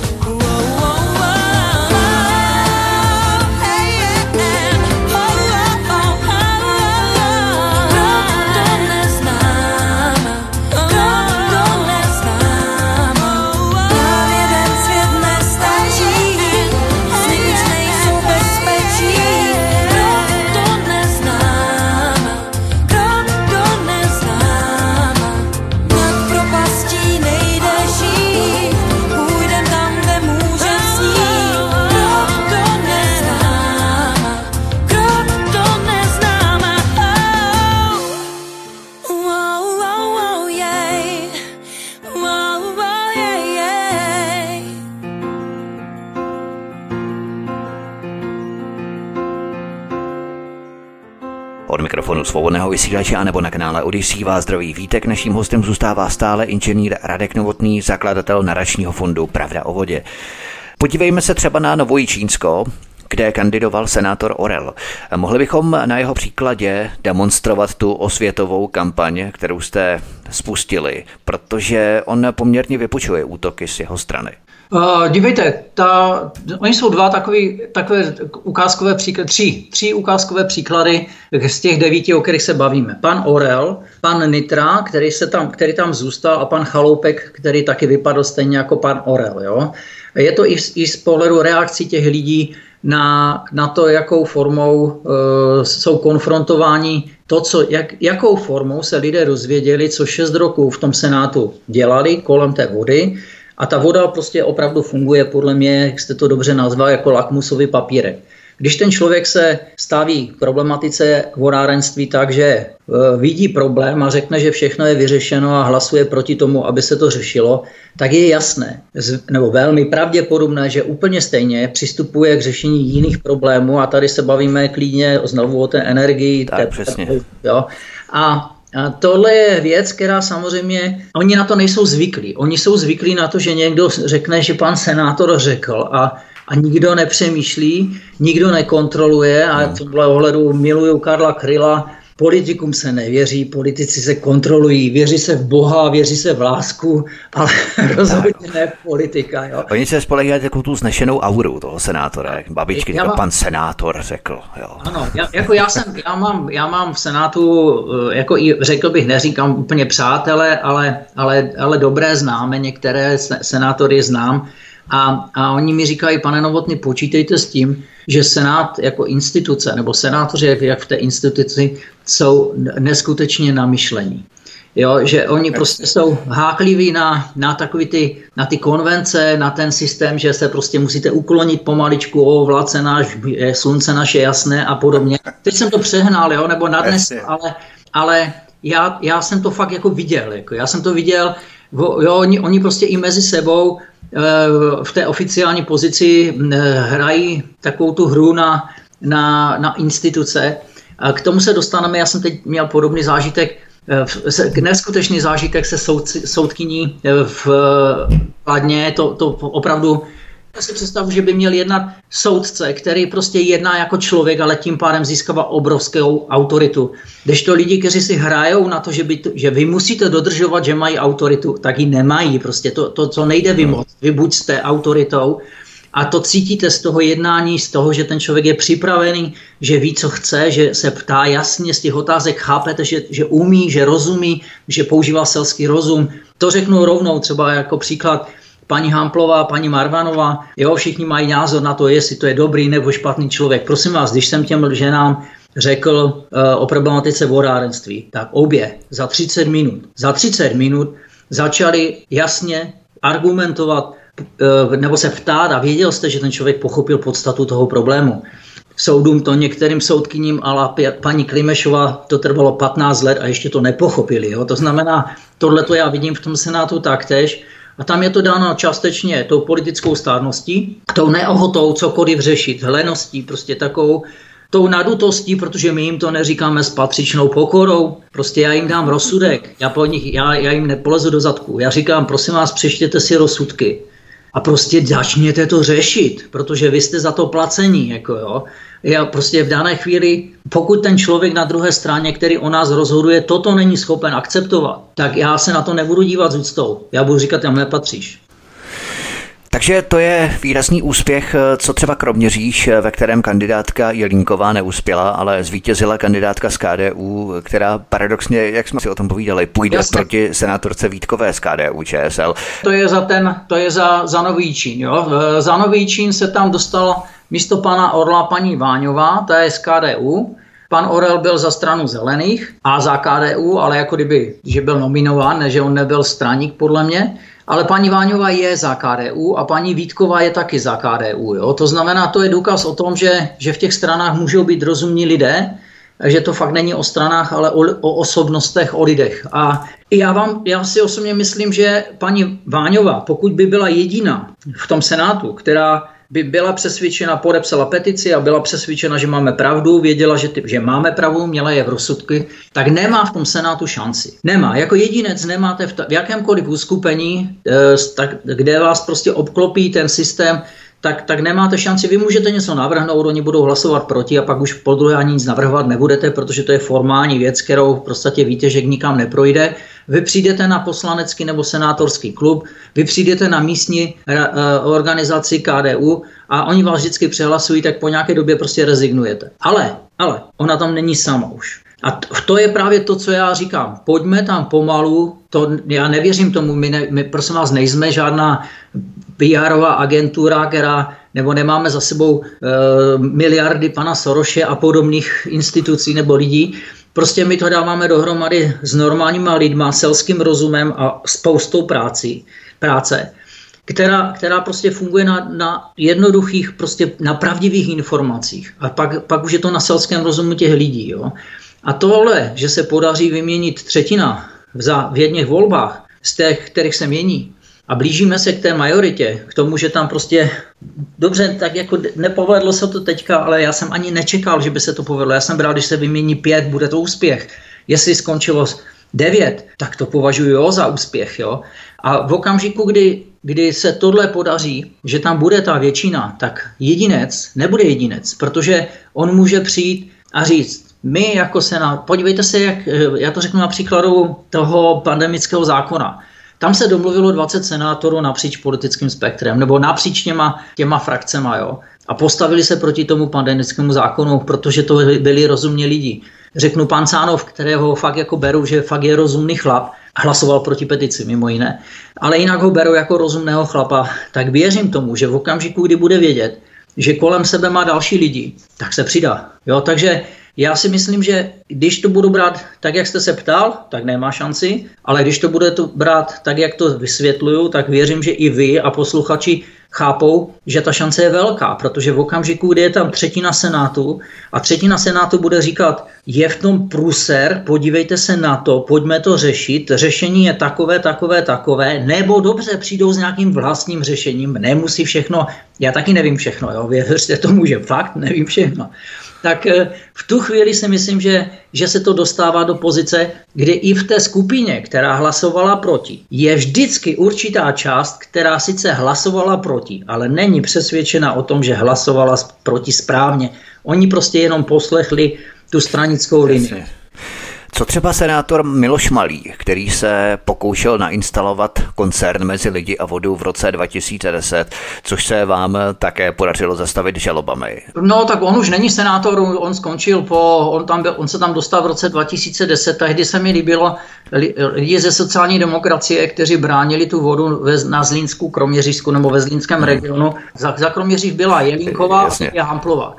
Od mikrofonu Svobodného vysílače anebo na kanále Odyssey vás zdraví Vítek. Naším hostem zůstává stále inženýr Radek Novotný, zakladatel nadačního fondu Pravda o vodě. Podívejme se třeba na Novojičínsko, kde kandidoval senátor Orel. Mohli bychom na jeho příkladě demonstrovat tu osvětovou kampaň, kterou jste spustili, protože on poměrně vypučuje útoky z jeho strany. Dívejte, oni jsou dva takové ukázkové příklady, tři ukázkové příklady z těch 9, o kterých se bavíme. Pan Orel, pan Nitra, který tam zůstal, a pan Chaloupek, který taky vypadl stejně jako pan Orel. Jo? Je to i z pohledu reakcí těch lidí na to, jakou formou jsou konfrontováni, jakou formou se lidé dozvěděli, co 6 roků v tom Senátu dělali kolem té vody, A ta voda prostě opravdu funguje, podle mě, jak jste to dobře nazval, jako lakmusový papírek. Když ten člověk se staví k problematice vodárenství tak, že vidí problém a řekne, že všechno je vyřešeno a hlasuje proti tomu, aby se to řešilo, tak je jasné, nebo velmi pravděpodobné, že úplně stejně přistupuje k řešení jiných problémů a tady se bavíme klidně znovu o té energii. Tak, přesně. Jo. A tohle je věc, která samozřejmě, oni na to nejsou zvyklí. Oni jsou zvyklí na to, že někdo řekne, že pan senátor řekl a nikdo nepřemýšlí, nikdo nekontroluje a v tomhle ohledu miluju Karla Kryla. Politikům se nevěří, politici se kontrolují, věří se v Boha, věří se v lásku, ale rozhodně ne v politika. Jo. Oni se spolehají takovou tu znešenou auru toho senátora, jak babičky, pan senátor řekl. Jo. Ano, já mám v Senátu, jako i řekl bych, neříkám úplně přátelé, ale dobré známe, některé senátory znám. A oni mi říkají, pane Novotný, počítejte s tím, že Senát jako instituce, nebo senátoři, jak v té instituci, jsou neskutečně namyšlení. Jo, že oni prostě jsou hákliví na ty konvence, na ten systém, že se prostě musíte uklonit pomaličku, vládce náš, slunce naše jasné a podobně. Teď jsem to přehnal, jo, nebo nadnes, ale já jsem to fakt jako viděl. Já jsem to viděl, jo, oni prostě i mezi sebou v té oficiální pozici hrají takovou tu hru na instituce. A k tomu se dostaneme, já jsem teď měl podobný zážitek, neskutečný zážitek se soudkyní v Kladně, to opravdu. Já si představu, že by měl jednat soudce, který prostě jedná jako člověk, ale tím pádem získává obrovskou autoritu. Kdežto lidi, kteří si hrajou na to, že vy musíte dodržovat, že mají autoritu, tak ji nemají. Prostě to co nejde vymoct. Vy buď jste autoritou a to cítíte z toho jednání, z toho, že ten člověk je připravený, že ví, co chce, že se ptá jasně z těch otázek, chápete, že umí, že rozumí, že používá selský rozum. To řeknu rovnou třeba jako příklad. Paní Hamplová, paní Marvanová, jo, všichni mají názor na to, jestli to je dobrý nebo špatný člověk. Prosím vás, když jsem těm ženám řekl o problematice vodárenství, tak obě za 30 minut začali jasně argumentovat nebo se ptát a věděl jste, že ten člověk pochopil podstatu toho problému. Soudům to některým soudkyním, ale paní Klimešová to trvalo 15 let a ještě to nepochopili. Jo? To znamená, tohleto já vidím v tom Senátu taktéž. A tam je to dáno částečně tou politickou stárností, tou neochotou cokoliv řešit, hleností, prostě takovou tou nadutostí, protože my jim to neříkáme s patřičnou pokorou. Prostě já jim dám rozsudek, já jim nepolezu do zadku. Já říkám, prosím vás, přečtěte si rozsudky a prostě začněte to řešit, protože vy jste za to placení. Jako jo. Já prostě v dané chvíli, pokud ten člověk na druhé straně, který o nás rozhoduje, toto není schopen akceptovat, tak já se na to nebudu dívat s úctou. Já budu říkat, tam nepatříš. Takže to je výrazný úspěch, co třeba Kroměříž, ve kterém kandidátka Jelínková neuspěla, ale zvítězila kandidátka z KDU, která paradoxně, jak jsme si o tom povídali, půjde proti senátorce Vítkové z KDU ČSL. To je za Nový Jičín. Jo? Za Nový Jičín se tam dostala místo pana Orla paní Váňová, ta je z KDU. Pan Orel byl za stranu zelených a za KDU, ale jako kdyby, že byl nominován, ne, že on nebyl straník podle mě. Ale paní Váňová je za KDU a paní Vítková je taky za KDU. Jo? To znamená, to je důkaz o tom, že v těch stranách můžou být rozumní lidé, že to fakt není o stranách, ale o osobnostech, o lidech. A já si osobně myslím, že paní Váňová, pokud by byla jediná v tom Senátu, která by byla přesvědčena, podepsala petici a byla přesvědčena, že máme pravdu, věděla, že máme pravdu, měla je v rozsudky, tak nemá v tom Senátu šanci. Nemá. Jako jedinec nemáte v jakémkoliv uskupení, kde vás prostě obklopí ten systém, tak nemáte šanci. Vy můžete něco navrhnout, oni budou hlasovat proti a pak už podruhé ani nic navrhovat nebudete, protože to je formální věc, kterou v podstatě víte, že nikam neprojde. Vy přijdete na poslanecký nebo senátorský klub, vy přijdete na místní organizaci KDU a oni vás vždycky přehlasují, tak po nějaké době prostě rezignujete. Ale ona tam není sama už. A to je právě to, co já říkám. Pojďme tam pomalu, já nevěřím tomu, my prosím vás nejsme žádná PR-ová agentura, nebo nemáme za sebou miliardy pana Soroše a podobných institucí nebo lidí. Prostě my to dáváme dohromady s normálníma lidma, selským rozumem a spoustou práce. která prostě funguje na jednoduchých, prostě na pravdivých informacích. A pak už je to na selském rozumu těch lidí. Jo? A tohle, že se podaří vyměnit třetina v jedných volbách z těch, kterých se mění, a blížíme se k té majoritě, k tomu, že tam prostě, dobře, tak jako nepovedlo se to teďka, ale já jsem ani nečekal, že by se to povedlo. Já jsem bral, když se vymění 5, bude to úspěch. Jestli skončilo 9, tak to považuji za úspěch. Jo? A v okamžiku, kdy se tohle podaří, že tam bude ta většina, tak jedinec nebude jedinec, protože on může přijít a říct, my jako Senát, podívejte se, jak, já to řeknu na příkladu toho pandemického zákona. Tam se domluvilo 20 senátorů napříč politickým spektrem, nebo napříč těma frakcema, jo. A postavili se proti tomu pandemickému zákonu, protože to byli rozumní lidi. Řeknu pan Cánov, kterého fakt jako beru, že fakt je rozumný chlap, hlasoval proti petici, mimo jiné. Ale jinak ho beru jako rozumného chlapa, tak věřím tomu, že v okamžiku, kdy bude vědět, že kolem sebe má další lidi, tak se přidá. Jo, takže já si myslím, že když to budu brát tak, jak jste se ptal, tak nemá šanci, ale když to budete brát tak, jak to vysvětluju, tak věřím, že i vy a posluchači chápou, že ta šance je velká, protože v okamžiku, kdy je tam třetina Senátu a třetina Senátu bude říkat, je v tom průser, podívejte se na to, pojďme to řešit, řešení je takové, nebo dobře přijdou s nějakým vlastním řešením, nemusí všechno, já taky nevím všechno, jo, věřte tomu, že fakt nevím všechno. Tak v tu chvíli si myslím, že se to dostává do pozice, kdy i v té skupině, která hlasovala proti, je vždycky určitá část, která sice hlasovala proti, ale není přesvědčena o tom, že hlasovala proti správně. Oni prostě jenom poslechli tu stranickou linii. Co třeba senátor Miloš Malý, který se pokoušel nainstalovat koncern mezi lidi a vodu v roce 2010, což se vám také podařilo zastavit žalobami? No tak on už není senátor, on skončil, on se tam dostal v roce 2010, tehdy se mi líbilo lidi ze sociální demokracie, kteří bránili tu vodu na Zlínsku, Kroměřížsku nebo ve Zlínském regionu. Za Kroměříž byla Jelínková a Hamplová.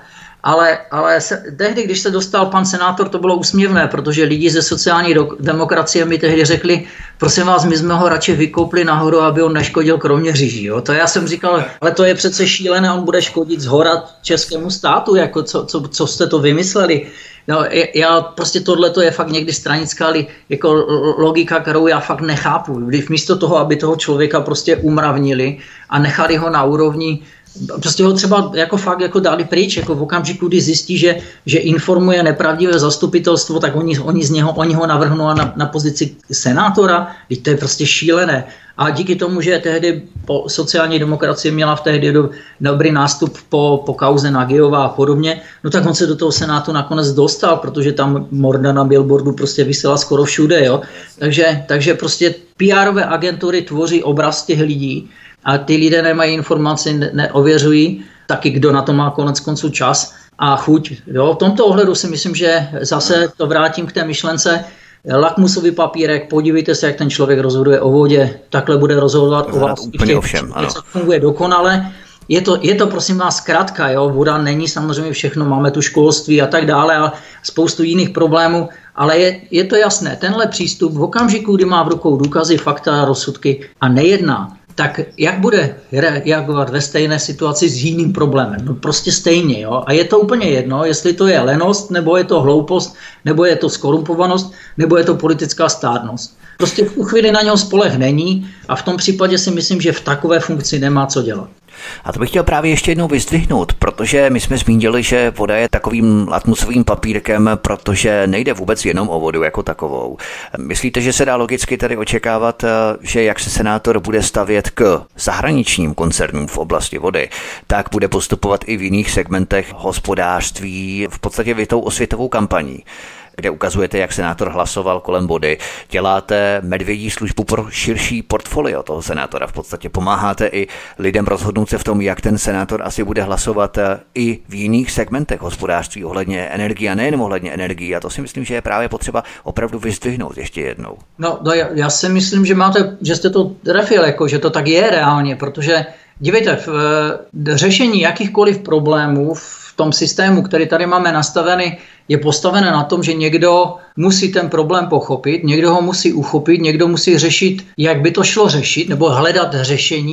Ale tehdy, když se dostal pan senátor, to bylo úsměvné, protože lidi ze sociální demokracie mi tehdy řekli, prosím vás, my jsme ho radši vykoupli nahoru, aby on neškodil Kroměříži. Jo? To já jsem říkal, ale to je přece šílené, on bude škodit zhora českému státu, jako co jste to vymysleli. No, já prostě tohleto je fakt někdy stranická jako logika, kterou já fakt nechápu. Když místo toho, aby toho člověka prostě umravnili a nechali ho na úrovni, prostě ho třeba jako fakt jako dali pryč, jako v okamžiku, kdy zjistí, že informuje nepravdivé zastupitelstvo, tak oni ho navrhnou na pozici senátora, teď to je prostě šílené. A díky tomu, že tehdy sociální demokracie měla v tehdy dobrý nástup po kauze Nagyová a podobně, no tak on se do toho senátu nakonec dostal, protože tam morda na billboardu prostě visela skoro všude, jo. Takže prostě PR-ové agentury tvoří obraz těch lidí a ty lidé nemají informaci, neověřují, taky kdo na to má konec konců čas a chuť. Jo. V tomto ohledu si myslím, že zase to vrátím k té myšlence, lakmusový papírek, podívejte se, jak ten člověk rozhoduje o vodě, takhle bude rozhodovat o vás. Úplně ovšem, ano. Funguje dokonale. Je to prosím vás zkrátka, jo, voda není samozřejmě všechno, máme tu školství a tak dále a spoustu jiných problémů, ale je to jasné, tenhle přístup v okamžiku, kdy má v rukou důkazy, fakta a rozsudky a nejedná, tak jak bude reagovat ve stejné situaci s jiným problémem? No prostě stejně, jo. A je to úplně jedno, jestli to je lenost, nebo je to hloupost, nebo je to skorumpovanost, nebo je to politická stárnost. Prostě v tu chvíli na něho spoleh není a v tom případě si myslím, že v takové funkci nemá co dělat. A to bych chtěl právě ještě jednou vyzdvihnout, protože my jsme zmínili, že voda je takovým lakmusovým papírkem, protože nejde vůbec jenom o vodu jako takovou. Myslíte, že se dá logicky tady očekávat, že jak se senátor bude stavět k zahraničním koncernům v oblasti vody, tak bude postupovat i v jiných segmentech hospodářství, v podstatě vy tou osvětovou kampaní, kde ukazujete, jak senátor hlasoval kolem vody. Děláte medvědí službu pro širší portfolio toho senátora. V podstatě pomáháte i lidem rozhodnout se v tom, jak ten senátor asi bude hlasovat i v jiných segmentech hospodářství ohledně energie a nejen ohledně energie. A to si myslím, že je právě potřeba opravdu vyzdvihnout ještě jednou. No já si myslím, že jste to trefil, jako, že to tak je reálně, protože dívejte, v řešení jakýchkoliv problémů v tom systému, který tady máme nastavený, je postavené na tom, že někdo musí ten problém pochopit, někdo ho musí uchopit, někdo musí řešit, jak by to šlo řešit, nebo hledat řešení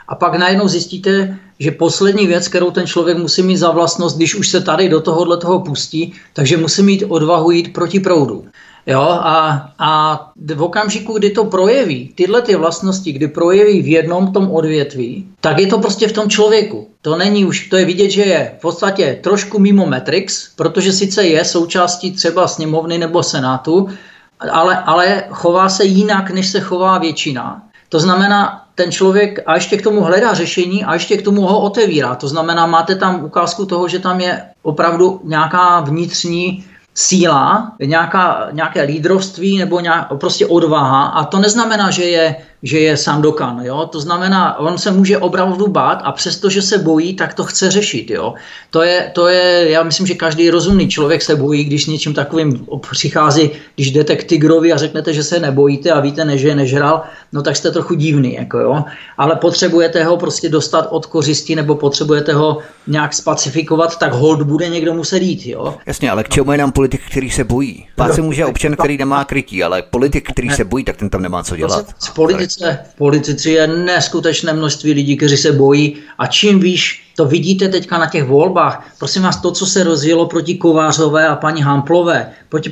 a pak najednou zjistíte, že poslední věc, kterou ten člověk musí mít za vlastnost, když už se tady do toho pustí, takže musí mít odvahu jít proti proudu. Jo, a v okamžiku, kdy to projeví, tyhle ty vlastnosti, kdy projeví v jednom tom odvětví, tak je to prostě v tom člověku. To není už, to je vidět, že je v podstatě trošku mimo Matrix, protože sice je součástí třeba sněmovny nebo senátu, ale chová se jinak, než se chová většina. To znamená, ten člověk a ještě k tomu hledá řešení a ještě k tomu ho otevírá. To znamená, máte tam ukázku toho, že tam je opravdu nějaká vnitřní síla, nějaké lídrovství nebo prostě odvaha a to neznamená, že je Sandokan, jo? To znamená, on se může opravdu bát a přesto, že se bojí, tak to chce řešit, jo? To je, já myslím, že každý rozumný člověk se bojí, když s něčím takovým přichází, když jdete k tigrovi a řeknete, že se nebojíte a víte, že je nežral, no tak jste trochu divný, jako jo? Ale potřebujete ho prostě dostat od kořisti nebo potřebujete ho nějak spacifikovat, tak hold bude někdo muset jít, jo? Jasně, ale k čemu je nám politik, který se bojí? Bát se může občan, který nemá krytí, ale politik, který se bojí, tak ten tam nemá co dělat. V politici je neskutečné množství lidí, kteří se bojí a čím víš, to vidíte teďka na těch volbách. Prosím vás, to, co se rozjelo proti Kovářové a paní Hamplové,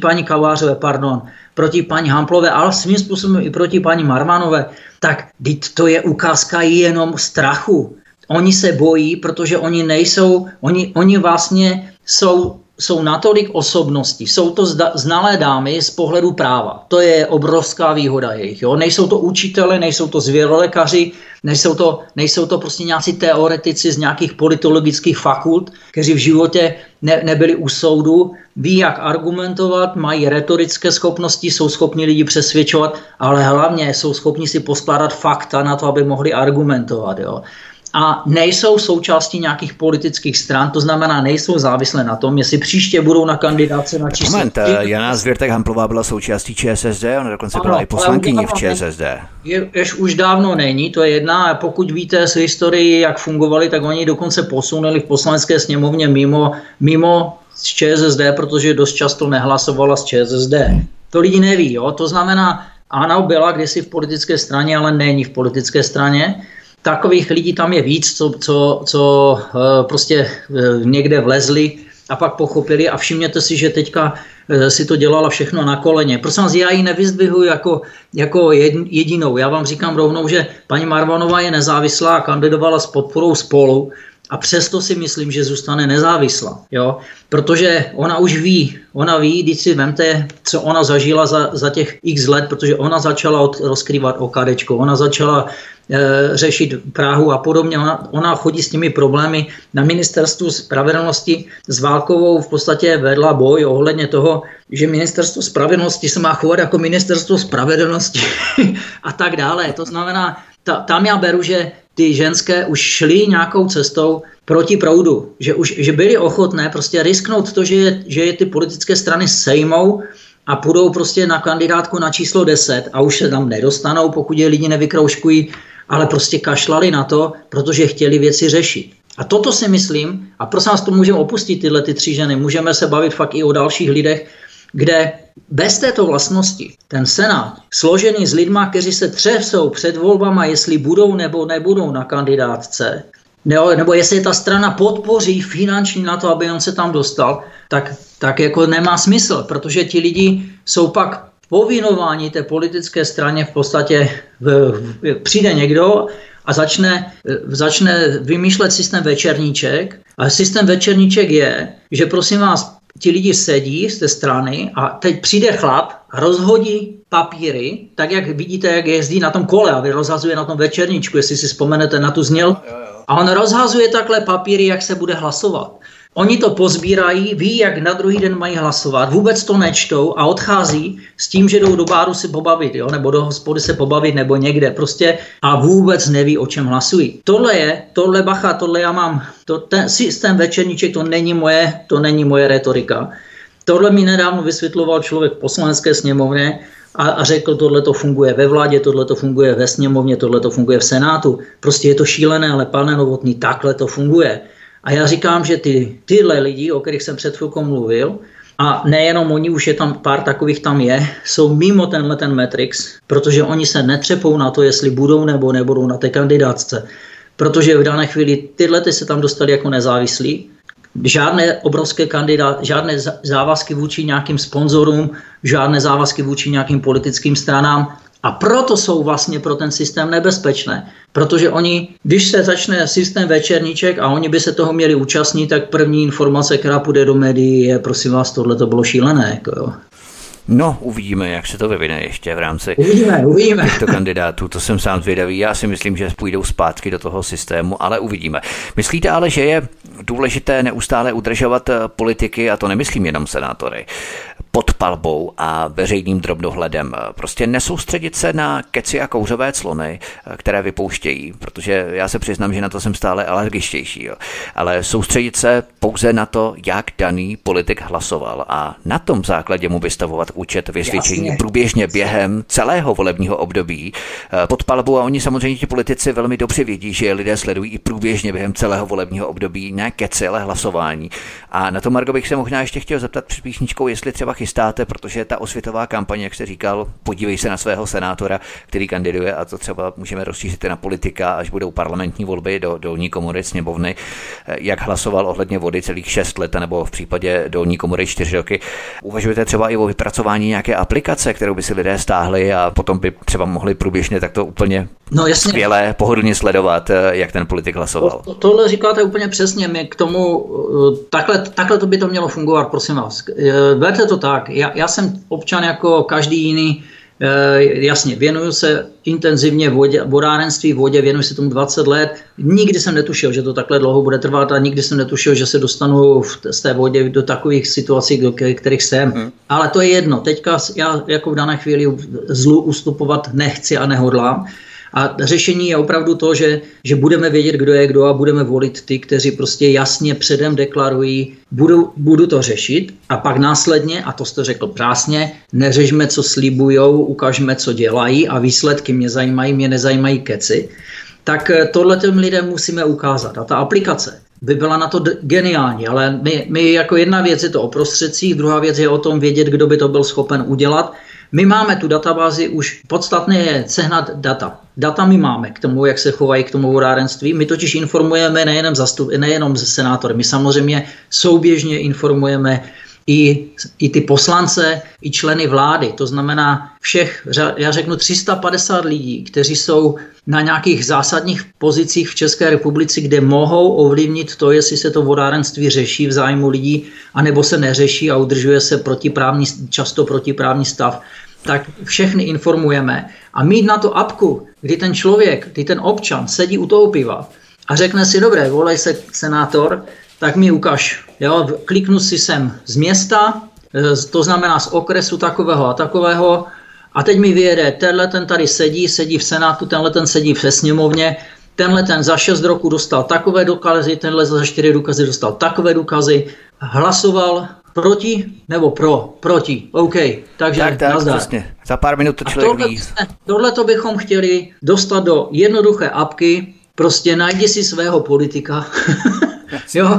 proti paní Hamplové, ale svým způsobem i proti paní Marvanové, tak to je ukázka jenom strachu. Oni se bojí, protože oni nejsou, oni vlastně jsou natolik osobností, jsou to znalé dámy z pohledu práva. To je obrovská výhoda jejich. Jo? Nejsou to učitele, nejsou to zvěrolékaři, nejsou to prostě nějací teoretici z nějakých politologických fakult, kteří v životě nebyli u soudu, ví, jak argumentovat, mají retorické schopnosti, jsou schopni lidi přesvědčovat, ale hlavně jsou schopni si poskládat fakta na to, aby mohli argumentovat. Jo? A nejsou součástí nějakých politických stran, to znamená, nejsou závislé na tom, jestli příště budou na kandidáce na číslo. Moment, Jana Zwiertek-Hamplová byla součástí ČSSD, ona dokonce byla i poslankyní v ČSSD. Jež už dávno není, to je jedna, a pokud víte z historii, jak fungovali, tak oni dokonce posunuli v poslanecké sněmovně mimo z ČSSD, protože dost často nehlasovala z ČSSD. To lidi neví, jo? To znamená, Anna byla kdysi v politické straně, ale není v politické straně. Takových lidí tam je víc, co prostě někde vlezli a pak pochopili a všimněte si, že teďka si to dělala všechno na koleně. Prosím vás, já ji nevyzdvihuji jako jedinou. Já vám říkám rovnou, že paní Marvanová je nezávislá a kandidovala s podporou Spolu a přesto si myslím, že zůstane nezávislá. Jo? Protože ona už ví, když si vemte, co ona zažila za těch x let, protože ona začala rozkrývat OKDčko, ona začala řešit Prahu a podobně. Ona chodí s těmi problémy na ministerstvu spravedlnosti s Válkovou v podstatě vedla boj ohledně toho, že ministerstvo spravedlnosti se má chovat jako ministerstvo spravedlnosti a tak dále. To znamená, tam já beru, že ty ženské už šly nějakou cestou proti proudu, že byly ochotné prostě risknout to, že je ty politické strany sejmou a půjdou prostě na kandidátku na číslo 10 a už se tam nedostanou, pokud je lidi nevykroužkují, ale prostě kašlali na to, protože chtěli věci řešit. A toto si myslím, a prosím vás, to můžeme opustit tyhle ty 3 ženy, můžeme se bavit fakt i o dalších lidech, kde bez této vlastnosti ten senát, složený s lidma, kteří se třesou před volbama, jestli budou nebo nebudou na kandidátce, nebo jestli ta strana podpoří finančně na to, aby on se tam dostal, tak jako nemá smysl, protože ti lidi jsou pak povinováni té politické straně v podstatě přijde někdo a začne vymýšlet systém večerníček. A systém večerníček je, že prosím vás, ti lidi sedí z té strany a teď přijde chlap a rozhodí papíry, tak jak vidíte, jak jezdí na tom kole a rozhazuje na tom večerníčku, jestli si vzpomenete na tu zněl. A on rozhazuje takhle papíry, jak se bude hlasovat. Oni to pozbírají, ví, jak na druhý den mají hlasovat, vůbec to nečtou a odchází s tím, že jdou do báru si pobavit, jo? Nebo do hospody se pobavit, nebo někde prostě a vůbec neví, o čem hlasují. Tohle bacha, tohle já mám, ten systém večerníček, to není moje retorika. Tohle mi nedávno vysvětloval člověk v poslanecké sněmovně a řekl, tohle to funguje ve vládě, tohle to funguje ve sněmovně, tohle to funguje v senátu. Prostě je to šílené, ale pane Novotný, takhle to funguje. A já říkám, že tyhle lidi, o kterých jsem před chvilkou mluvil, a nejenom oni, už je tam pár takových tam jsou mimo ten Matrix, protože oni se netřepou na to, jestli budou nebo nebudou na té kandidátce. protože v dané chvíli tyhle ty se tam dostali jako nezávislí. Žádné obrovské žádné závazky vůči nějakým sponzorům, žádné závazky vůči nějakým politickým stranám. A proto jsou vlastně pro ten systém nebezpečné. Protože oni, když se začne systém večerníček a oni by se toho měli účastnit, tak první informace, která půjde do médií, je, prosím vás, tohle to bylo šílené. Jako jo. No, uvidíme, jak se to vyvine ještě v rámci uvidíme. těchto kandidátů. To jsem sám zvědavý. Já si myslím, že půjdou zpátky do toho systému, ale uvidíme. Myslíte ale, že je důležité neustále udržovat politiky, a to nemyslím jenom senátory, pod palbou a veřejným drobnohledem. Prostě nesoustředit se na keci a kouřové clony, které vypouštějí, protože já se přiznám, že na to jsem stále alergičtější. Jo. Ale soustředit se pouze na to, jak daný politik hlasoval a na tom základě mu vystavovat účet vysvědčení průběžně během celého volebního období pod palbou. A oni samozřejmě ti politici velmi dobře vědí, že lidé sledují i průběžně během celého volebního období, ne keci, ale hlasování. A na to, Margo, bych se možná ještě chtěl zeptat před písničkou, jestli třeba chystáte, protože ta osvětová kampaň, jak jste říkal, podívej se na svého senátora, který kandiduje, a to třeba můžeme rozšířit na politika, až budou parlamentní volby do dolní komory sněmovny, jak hlasoval ohledně vody celých 6 let, nebo v případě dolní komory 4 roky. Uvažujete třeba i o vypracování nějaké aplikace, kterou by si lidé stáhli a potom by třeba mohli průběžně takto úplně skvěle, pohodlně sledovat, jak ten politik hlasoval? Tohle říkáte úplně přesně. My k tomu, takhle to by to mělo fungovat, prosím vás. Berte to tak. Já jsem občan jako každý jiný. Jasně, věnuju se intenzivně vodárenství, vodě, věnuju se tomu 20 let. Nikdy jsem netušil, že to takhle dlouho bude trvat a nikdy jsem netušil, že se dostanu z té vodě do takových situací, do kterých jsem. Ale to je jedno. Teďka já jako v dané chvíli zlu ustupovat nechci a nehodlám. A řešení je opravdu to, že budeme vědět, kdo je kdo a budeme volit ty, kteří prostě jasně předem deklarují, budu to řešit a pak následně, a to jste řekl krásně, neřešme, co slibujou, ukažme, co dělají a výsledky mě nezajímají keci. Tak tohle těm lidem musíme ukázat. A ta aplikace by byla na to geniální, ale my jako jedna věc je to o prostředcích, druhá věc je o tom vědět, kdo by to byl schopen udělat. My máme tu databázi, už podstatné je sehnat data. Data my máme k tomu, jak se chovají k tomu vodárenství. My totiž informujeme nejenom ze senátory, my samozřejmě souběžně informujeme i ty poslance, i členy vlády. To znamená všech, já řeknu 350 lidí, kteří jsou na nějakých zásadních pozicích v České republice, kde mohou ovlivnit to, jestli se to vodárenství řeší v zájmu lidí, anebo se neřeší a udržuje se často protiprávní stav. Tak všechny informujeme. A mít na to apku, kdy ten občan sedí u toho piva a řekne si, dobré, volej se senátor, tak mi ukaž. Jo, kliknu si sem z města, to znamená z okresu takového a takového, a teď mi vyjede, tenhle ten tady sedí v Senátu, tenhle ten sedí ve sněmovně, tenhle ten za 6 roku dostal takové důkazy, tenhle za 4 důkazy dostal takové důkazy, hlasoval proti nebo proti. OK, takže tak přesně. Za pár minut to člověk ví. Tohle to bychom chtěli dostat do jednoduché apky, prostě najdi si svého politika. Jo?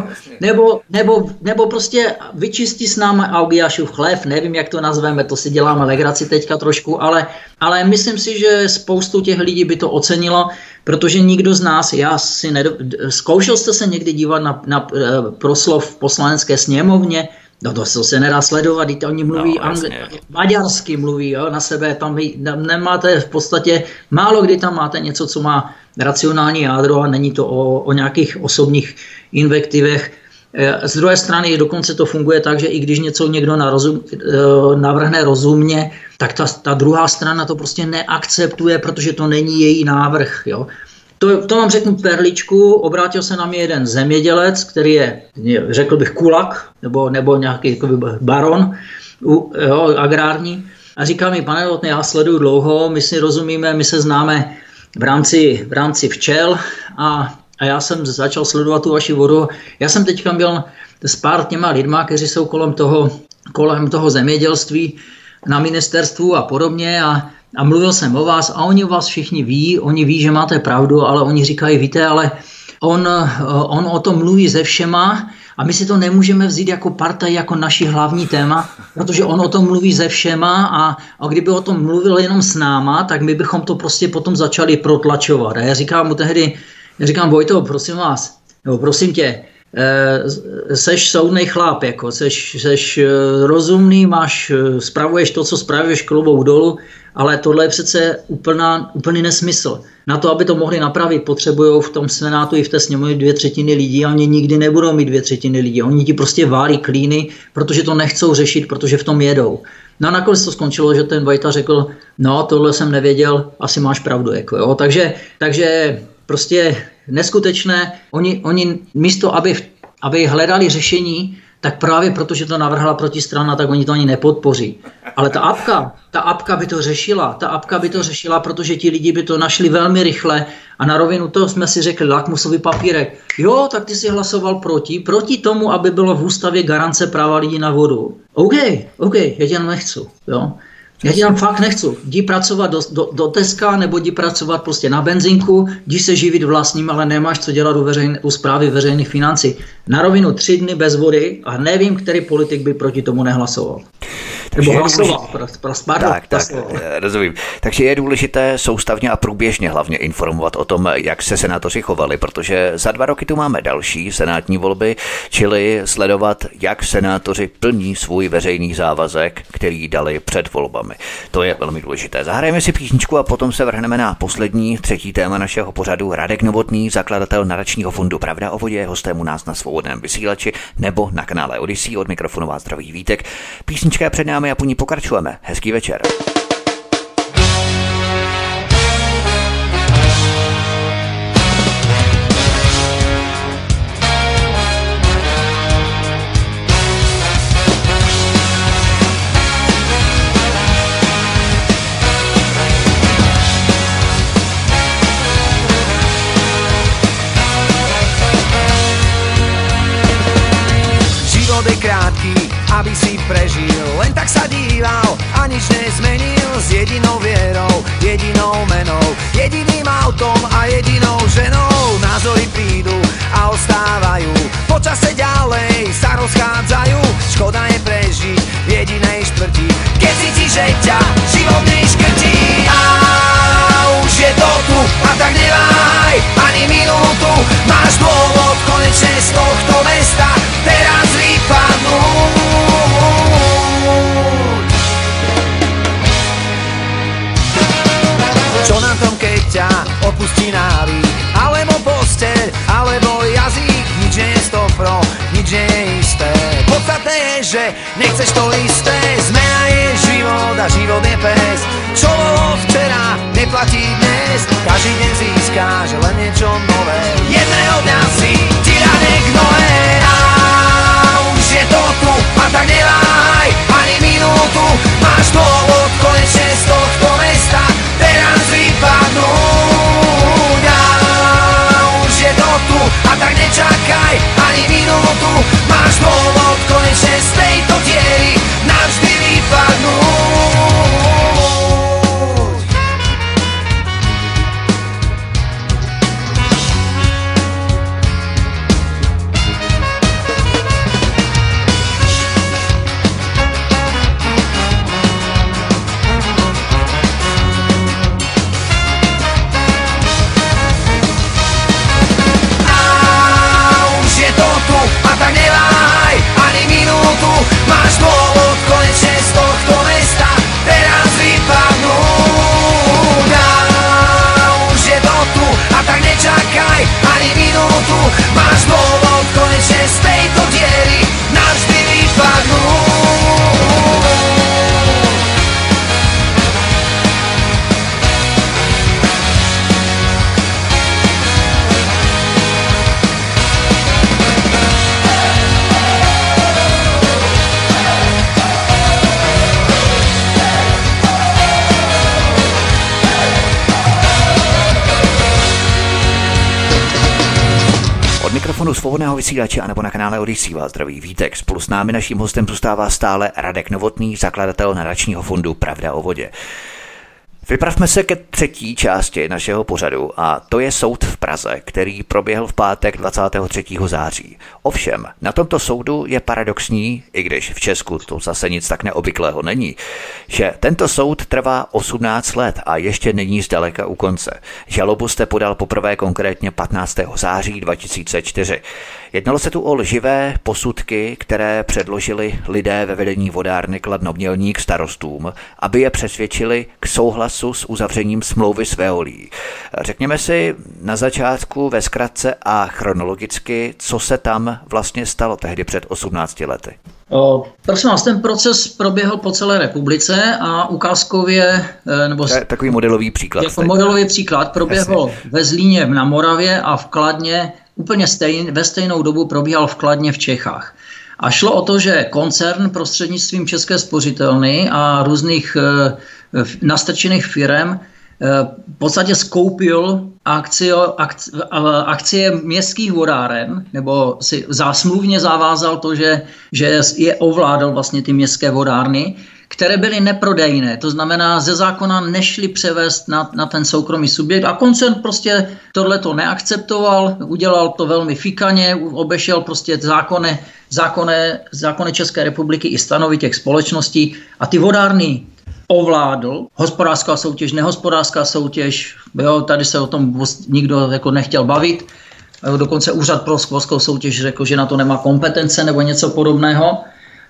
Nebo prostě vyčistí s námi Augiášův chlév, nevím, jak to nazveme, to si děláme legraci teďka trošku, ale myslím si, že spoustu těch lidí by to ocenilo, protože nikdo z nás, zkoušel jste se někdy dívat na proslov v poslanecké sněmovně? No to se nedá sledovat, oni mluví maďarsky mluví, jo, na sebe, tam vy nemáte v podstatě, málo kdy tam máte něco, co má racionální jádro a není to o nějakých osobních invektivech. Z druhé strany dokonce to funguje tak, že i když něco někdo navrhne rozumně, tak ta druhá strana to prostě neakceptuje, protože to není její návrh, jo. To vám řeknu perličku, obrátil se na mě jeden zemědělec, který je, řekl bych, kulak, nebo nějaký baron agrární, a říká mi, pane Novotný, já sleduju dlouho, my si rozumíme, my se známe v rámci včel a já jsem začal sledovat tu vaši vodu. Já jsem teďka byl s pár těma lidma, kteří jsou kolem toho zemědělství na ministerstvu a podobně a mluvil jsem o vás a oni o vás všichni oni ví, že máte pravdu, ale oni říkají, víte, ale on o tom mluví se všema a my si to nemůžeme vzít jako partaj, jako naši hlavní téma, protože on o tom mluví se všema a kdyby o tom mluvil jenom s náma, tak my bychom to prostě potom začali protlačovat. A já říkám mu tehdy, Říkám, Vojto, prosím vás, nebo prosím tě, seš soudnej chlap, jako, seš rozumný, spravuješ to, co spravuješ, klobouk dolů, ale tohle je přece úplný nesmysl. Na to, aby to mohli napravit, potřebují v tom senátu i v té sněmovně 2/3 lidí a oni nikdy nebudou mít 2/3 lidí. Oni ti prostě válí klíny, protože to nechcou řešit, protože v tom jedou. No a nakonec to skončilo, že ten Vojta řekl, no tohle jsem nevěděl, asi máš pravdu. Jako, jo. Takže prostě neskutečné, oni místo, aby hledali řešení, tak právě protože to navrhla protistrana, tak oni to ani nepodpoří. Ale ta apka by to řešila, protože ti lidi by to našli velmi rychle a na rovinu toho jsme si řekli, lakmusový papírek, jo, tak ty si hlasoval proti tomu, aby bylo v ústavě garance práva lidí na vodu. OK, já tě jenom nechci, jo. Já ti tam fakt nechci. Jdi pracovat do Teska nebo jdi pracovat prostě na benzinku, jdi se živit vlastním, ale nemáš co dělat u správy veřejných financí. Na rovinu 3 dny bez vody a nevím, který politik by proti tomu nehlasoval. Nebo hlasoval. Tak, rozumím. Takže je důležité soustavně a průběžně hlavně informovat o tom, jak se senátoři chovali, protože za 2 roky tu máme další senátní volby, čili sledovat, jak senátoři plní svůj veřejný závazek, který dali před volbami. To je velmi důležité. Zahrajeme si písničku a potom se vrhneme na poslední, 3. téma našeho pořadu. Radek Novotný, zakladatel nadačního fondu Pravda o vodě, hostem u nás na Svobodném vysílači nebo na kanále Odyssey. Od mikrofonu vás zdraví Vítek. Písnička je před námi a po ní pokračujeme. Hezký večer. Aby si prežil, len tak sa díval a nič nezmenil s jedinou vierou, jedinou menou, jediným autom a jedinou ženou. Názory prídu a ostávajú, po čase ďalej sa rozchádzajú. Škoda je prežiť v jedinej štvrti, keď cítiš, že ťa život neškrtí. A už je to tu a tak neváhaj ani minútu, máš dôvod konečne z tohto mesta teraz vypadnúť. Čo na tom, keď ťa opustí návyk, alebo posteľ, alebo jazyk, nič nie je stopro, nič nie je isté. Podstatné je, že nechceš to isté. Zmena je život a život je pes. Čo bolo včera, neplatí dnes. Každý deň získáš len niečo nové. Jedného dňa si ti rane gnoje. A už je to tu a tak neváhaj ani minútu, máš dôvod konečne z tohto mesta teraz vypadnúť. A už je to tu a tak nečakaj ani minútu, máš dôvod konečne z tejto diery navždy vypadnúť. Máš dôvod konečne z tohto mesta teraz vypadnúť. A už je to tu a tak nečakaj ani minútu, máš dôvod konečne z tejto diery navždy vypadnúť. Mikrofonu Svobodného vysílače anebo na kanále Odyssey vás zdraví Vítek. Spolu s námi naším hostem zůstává stále Radek Novotný, zakladatel nadačního fondu Pravda o vodě. Vypravme se ke třetí části našeho pořadu a to je soud v Praze, který proběhl v pátek 23. září. Ovšem, na tomto soudu je paradoxní, i když v Česku to zase nic tak neobvyklého není, že tento soud trvá 18 let a ještě není zdaleka u konce. Žalobu jste podal poprvé konkrétně 15. září 2004. Jednalo se tu o lživé posudky, které předložili lidé ve vedení vodárny Kladno-Mělník starostům, aby je přesvědčili k souhlasu s uzavřením smlouvy s Veolií. Řekněme si na začátku ve zkratce a chronologicky, co se tam vlastně stalo tehdy před 18 lety. Prosím vás, ten proces proběhl po celé republice a ukázkově, nebo to je takový modelový příklad. Jako modelový příklad proběhl ve Zlíně na Moravě a v Kladně úplně ve stejnou dobu probíhal v Kladně v Čechách. A šlo o to, že koncern prostřednictvím České spořitelny a různých nastrčených firem v podstatě skoupil akcie městských vodáren, nebo si zásmluvně zavázal to, že je ovládal vlastně ty městské vodárny, které byly neprodejné. To znamená, ze zákona nešli převést na ten soukromý subjekt a koncern prostě tohleto neakceptoval, udělal to velmi fikaně, obešel prostě zákony České republiky i stanovy těch společností a ty vodárny ovládl. Hospodářská soutěž, nehospodářská soutěž, jo, tady se o tom nikdo jako nechtěl bavit. Dokonce úřad pro hospodářskou soutěž řekl, že na to nemá kompetence nebo něco podobného.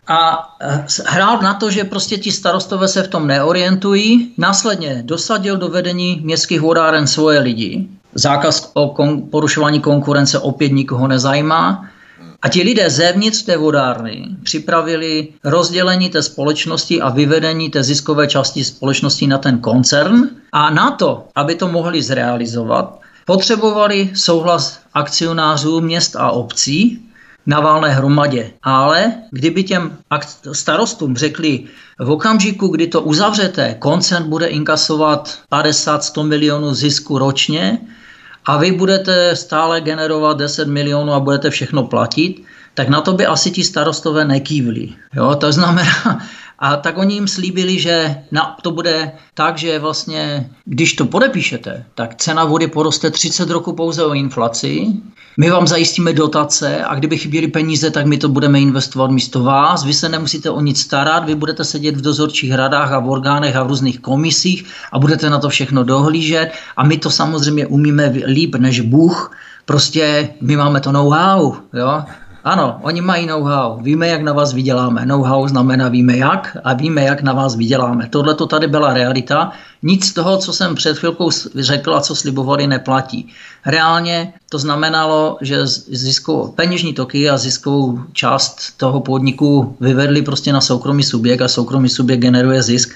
A hrál na to, že prostě ti starostové se v tom neorientují. Následně dosadil do vedení městských vodáren svoje lidi. Zákaz o porušování konkurence opět nikoho nezajímá. A ti lidé zevnitř té vodárny připravili rozdělení té společnosti a vyvedení té ziskové části společnosti na ten koncern. A na to, aby to mohli zrealizovat, potřebovali souhlas akcionářů měst a obcí na valné hromadě. Ale kdyby těm starostům řekli, v okamžiku, kdy to uzavřete, koncern bude inkasovat 50-100 milionů zisku ročně a vy budete stále generovat 10 milionů a budete všechno platit, tak na to by asi ti starostové nekývli. Jo, to znamená, a tak oni jim slíbili, že to bude tak, že vlastně, když to podepíšete, tak cena vody poroste 30 roku pouze o inflaci, my vám zajistíme dotace a kdyby chyběly peníze, tak my to budeme investovat místo vás, vy se nemusíte o nic starat, vy budete sedět v dozorčích radách a v orgánech a v různých komisích a budete na to všechno dohlížet a my to samozřejmě umíme líp než Bůh, prostě my máme to know-how, jo. Ano, oni mají know-how, víme, jak na vás vyděláme. Know-how znamená víme jak a víme, jak na vás vyděláme. Tohle to tady byla realita. Nic z toho, co jsem před chvilkou řekl a co slibovali, neplatí. Reálně to znamenalo, že peněžní toky a ziskovou část toho podniku vyvedli prostě na soukromý subjekt a soukromý subjekt generuje zisk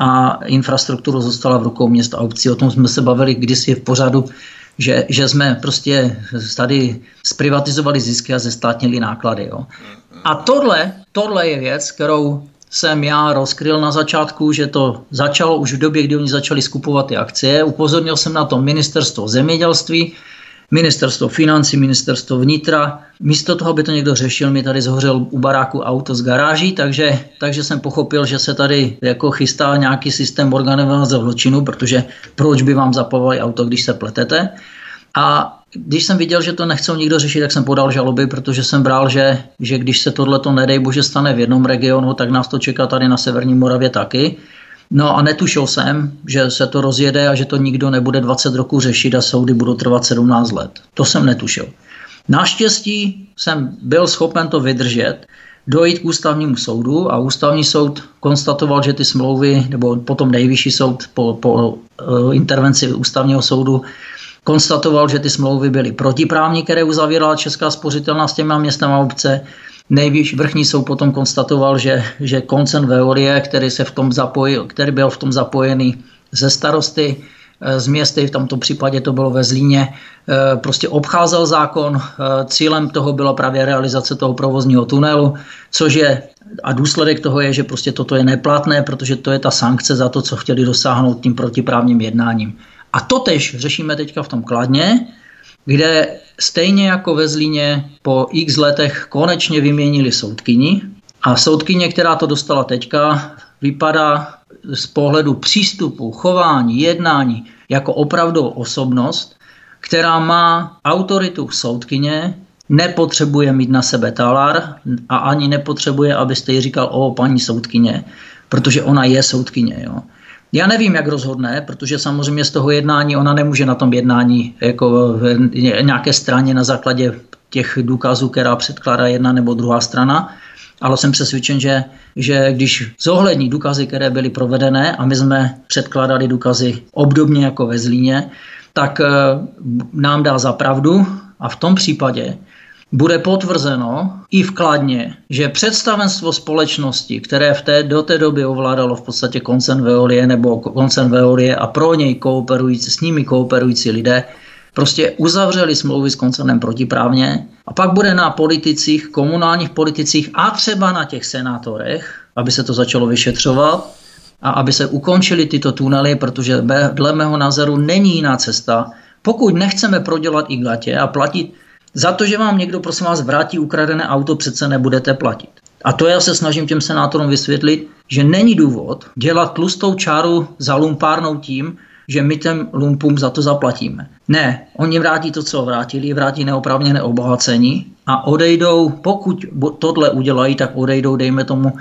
a infrastrukturu zůstala v rukou měst a obcí. O tom jsme se bavili kdysi v pořadu, že jsme prostě tady zprivatizovali zisky a zestátnili náklady. Jo. A tohle je věc, kterou jsem já rozkryl na začátku, že to začalo už v době, kdy oni začali skupovat ty akcie. Upozornil jsem na to ministerstvo zemědělství, ministerstvo financí, ministerstvo vnitra. Místo toho, aby to někdo řešil, mi tady zhořel u baráku auto z garáží, takže jsem pochopil, že se tady jako chystá nějaký systém organizovaného zločinu, protože proč by vám zapalovali auto, když se pletete. A když jsem viděl, že to nechcou nikdo řešit, tak jsem podal žaloby, protože jsem bral, že když se tohleto nedej bože stane v jednom regionu, tak nás to čeká tady na severní Moravě taky. No a netušil jsem, že se to rozjede a že to nikdo nebude 20 roků řešit a soudy budou trvat 17 let. To jsem netušil. Naštěstí jsem byl schopen to vydržet, dojít k ústavnímu soudu a ústavní soud konstatoval, že ty smlouvy, nebo potom nejvyšší soud po intervenci ústavního soudu konstatoval, že ty smlouvy byly protiprávní, které uzavírala Česká spořitelna s těma městem a obce. Nejvyšší vrchní soud potom konstatoval, že koncern Veolie, který byl v tom zapojený ze starosty, z městy, v tomto případě to bylo ve Zlíně, prostě obcházel zákon. Cílem toho byla právě realizace toho provozního tunelu, což je, a důsledek toho je, že prostě toto je neplatné, protože to je ta sankce za to, co chtěli dosáhnout tím protiprávním jednáním. A totež řešíme teďka v tom Kladně, kde stejně jako ve Zlíně po x letech konečně vyměnili soudkyni. A soudkyně, která to dostala teďka, vypadá z pohledu přístupu, chování, jednání jako opravdu osobnost, která má autoritu soudkyně, nepotřebuje mít na sebe talar a ani nepotřebuje, abyste jí říkal, paní soudkyně, protože ona je soudkyně. Jo. Já nevím, jak rozhodne, protože samozřejmě z toho jednání ona nemůže na tom jednání jako v nějaké straně na základě těch důkazů, která předkládá jedna nebo druhá strana, ale jsem přesvědčen, že když zohlední důkazy, které byly provedené a my jsme předkládali důkazy obdobně jako ve Zlíně, tak nám dá za pravdu a v tom případě bude potvrzeno i v Kladně, že představenstvo společnosti, které do té doby ovládalo v podstatě koncern Veolie nebo koncern Veolie a pro něj s nimi kooperující lidé, prostě uzavřeli smlouvy s koncernem protiprávně a pak bude na politicích, komunálních politicích a třeba na těch senátorech, aby se to začalo vyšetřovat a aby se ukončily tyto tunely, protože dle mého názoru není jiná cesta. Pokud nechceme prodělat i glatě a platit za to, že vám někdo, prosím vás, vrátí ukradené auto, přece nebudete platit. A to já se snažím těm senátorům vysvětlit, že není důvod dělat tlustou čáru za lumpárnou tím, že my těm lumpům za to zaplatíme. Ne, oni vrátí to, co vrátili, vrátí neoprávněné obohacení a odejdou, pokud tohle udělají, tak odejdou, dejme tomu,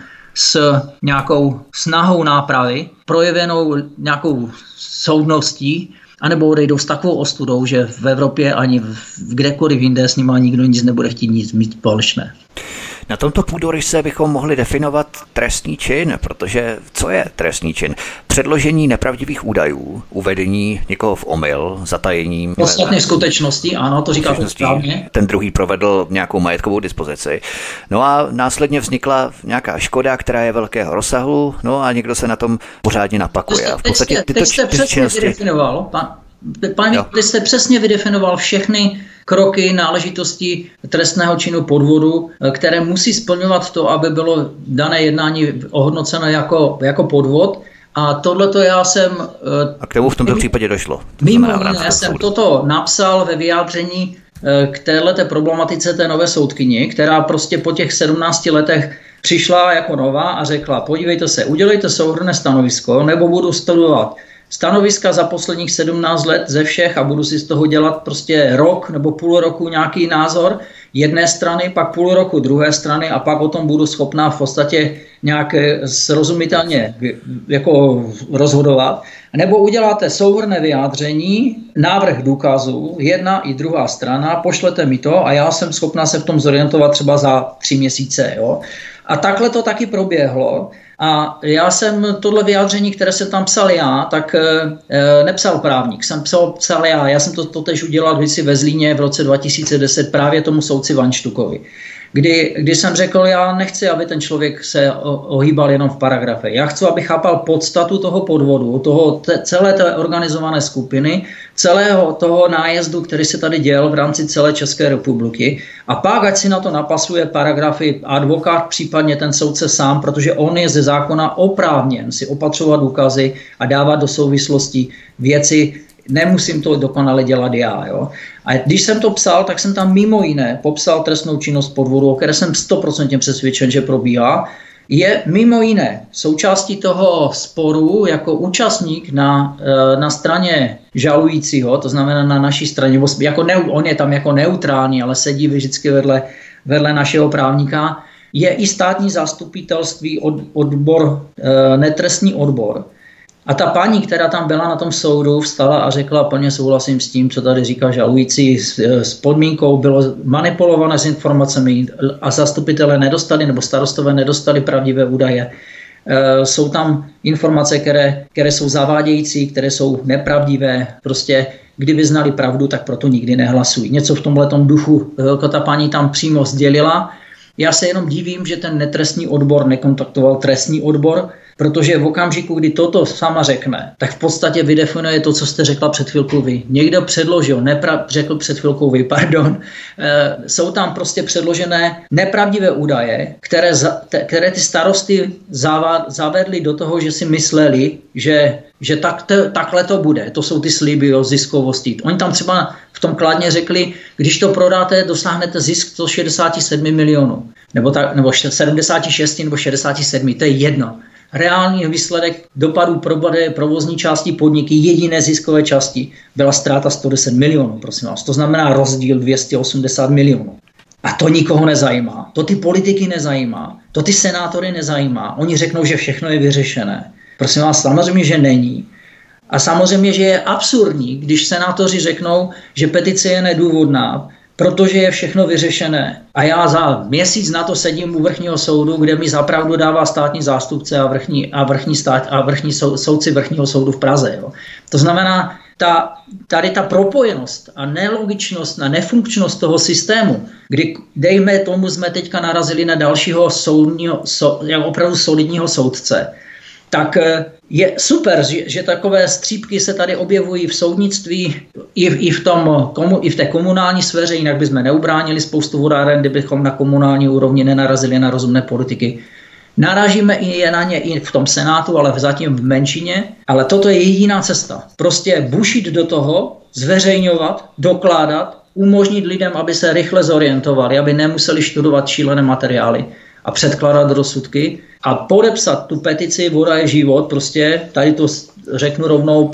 s nějakou snahou nápravy, projevenou nějakou soudností, anebo odejdou s takovou ostudou, že v Evropě ani kdekoliv jinde s nimi nikdo nic nebude chtít nic mít společné. Na tomto půdoryse bychom mohli definovat trestný čin, protože co je trestný čin? Předložení nepravdivých údajů, uvedení někoho v omyl, zatajením podstatné skutečnosti, ano, to říkáte správně. Ten druhý provedl nějakou majetkovou dispozici. No a následně vznikla nějaká škoda, která je velkého rozsahu, no a někdo se na tom pořádně napakuje. A v podstatě teď jste přesně vydefinoval, Vy jste přesně vydefinoval všechny kroky, náležitosti trestného činu podvodu, které musí splňovat to, aby bylo dané jednání ohodnoceno jako podvod. A tohleto já jsem... A k tomu v tomto případě došlo. Mimo jiné jsem toto napsal ve vyjádření k téhleté problematice té nové soudkyni, která prostě po těch 17 letech přišla jako nová a řekla, podívejte se, udělejte souhrnné stanovisko, nebo budu studovat stanoviska za posledních 17 let ze všech a budu si z toho dělat prostě rok nebo půl roku nějaký názor jedné strany, pak půl roku druhé strany a pak o tom budu schopná v podstatě nějak srozumitelně jako rozhodovat. Nebo uděláte souhrnné vyjádření, návrh důkazů, jedna i druhá strana, pošlete mi to a já jsem schopná se v tom zorientovat třeba za 3 měsíce. Jo? A takhle to taky proběhlo. A já jsem tohle vyjádření, které jsem tam psal já, tak nepsal právník, jsem psal já. Já jsem to totéž udělal kdysi ve Zlíně v roce 2010 právě tomu soudci Vanštukovi. Kdy jsem řekl, já nechci, aby ten člověk se ohýbal jenom v paragrafe. Já chci, aby chápal podstatu toho podvodu, celé té organizované skupiny, celého toho nájezdu, který se tady děl v rámci celé České republiky. A pak, ať si na to napasuje paragrafy advokát, případně ten soudce sám, protože on je ze zákona oprávněn si opatřovat důkazy a dávat do souvislosti věci. Nemusím to dokonale dělat já. Jo? A když jsem to psal, tak jsem tam mimo jiné popsal trestnou činnost podvodu, o které jsem 100% přesvědčen, že probíhá. Je mimo jiné součástí toho sporu jako účastník na straně žalujícího, to znamená na naší straně, on je tam jako neutrální, ale sedí vždycky vedle našeho právníka, je i státní zastupitelství odbor, netrestní odbor. A ta paní, která tam byla na tom soudu, vstala a řekla, plně souhlasím s tím, co tady říká žalující, s podmínkou bylo manipulované s informacemi a zastupitelé nedostali, nebo starostové nedostali pravdivé údaje. Jsou tam informace, které jsou zavádějící, které jsou nepravdivé. Prostě kdyby znali pravdu, tak proto nikdy nehlasují. Něco v tomhletom duchu ta paní tam přímo sdělila. Já se jenom divím, že ten netrestní odbor nekontaktoval trestní odbor, protože v okamžiku, kdy toto sama řekne, tak v podstatě vydefinuje to, co jste řekla před chvilkou vy. Někdo předložil, řekl před chvilkou vy, jsou tam prostě předložené nepravdivé údaje, které ty starosty zavedly do toho, že si mysleli, že takhle to bude. To jsou ty sliby o ziskovosti. Oni tam třeba v tom Kladně řekli, když to prodáte, dosáhnete zisk 167 milionů. Nebo 76 nebo 67, to je jedno. reálný výsledek dopadů provozní části podniky, jediné ziskové části, byla ztráta 110 milionů, prosím vás. To znamená rozdíl 280 milionů. A to nikoho nezajímá. To ty politiky nezajímá. To ty senátory nezajímá. Oni řeknou, že všechno je vyřešené. Prosím vás, samozřejmě, že není. A samozřejmě, že je absurdní, když senátoři řeknou, že petice je nedůvodná, protože je všechno vyřešené. A já za měsíc na to sedím u vrchního soudu, kde mi zapravdu dává státní zástupce a vrchní soudci vrchního soudu v Praze. Jo. To znamená, tady ta propojenost a nelogičnost a nefunkčnost toho systému, kdy dejme tomu jsme teďka narazili na dalšího opravdu solidního soudce, tak je super, že takové střípky se tady objevují v soudnictví i v té komunální sféře, jinak bychom neubránili spoustu vodáren, kdybychom na komunální úrovni nenarazili na rozumné politiky. Narážíme i na ně i v tom Senátu, ale zatím v menšině, ale toto je jediná cesta. Prostě bušit do toho, zveřejňovat, dokládat, umožnit lidem, aby se rychle zorientovali, aby nemuseli studovat šílené materiály a předkládat rozsudky a podepsat tu petici Voda je život, prostě tady to řeknu rovnou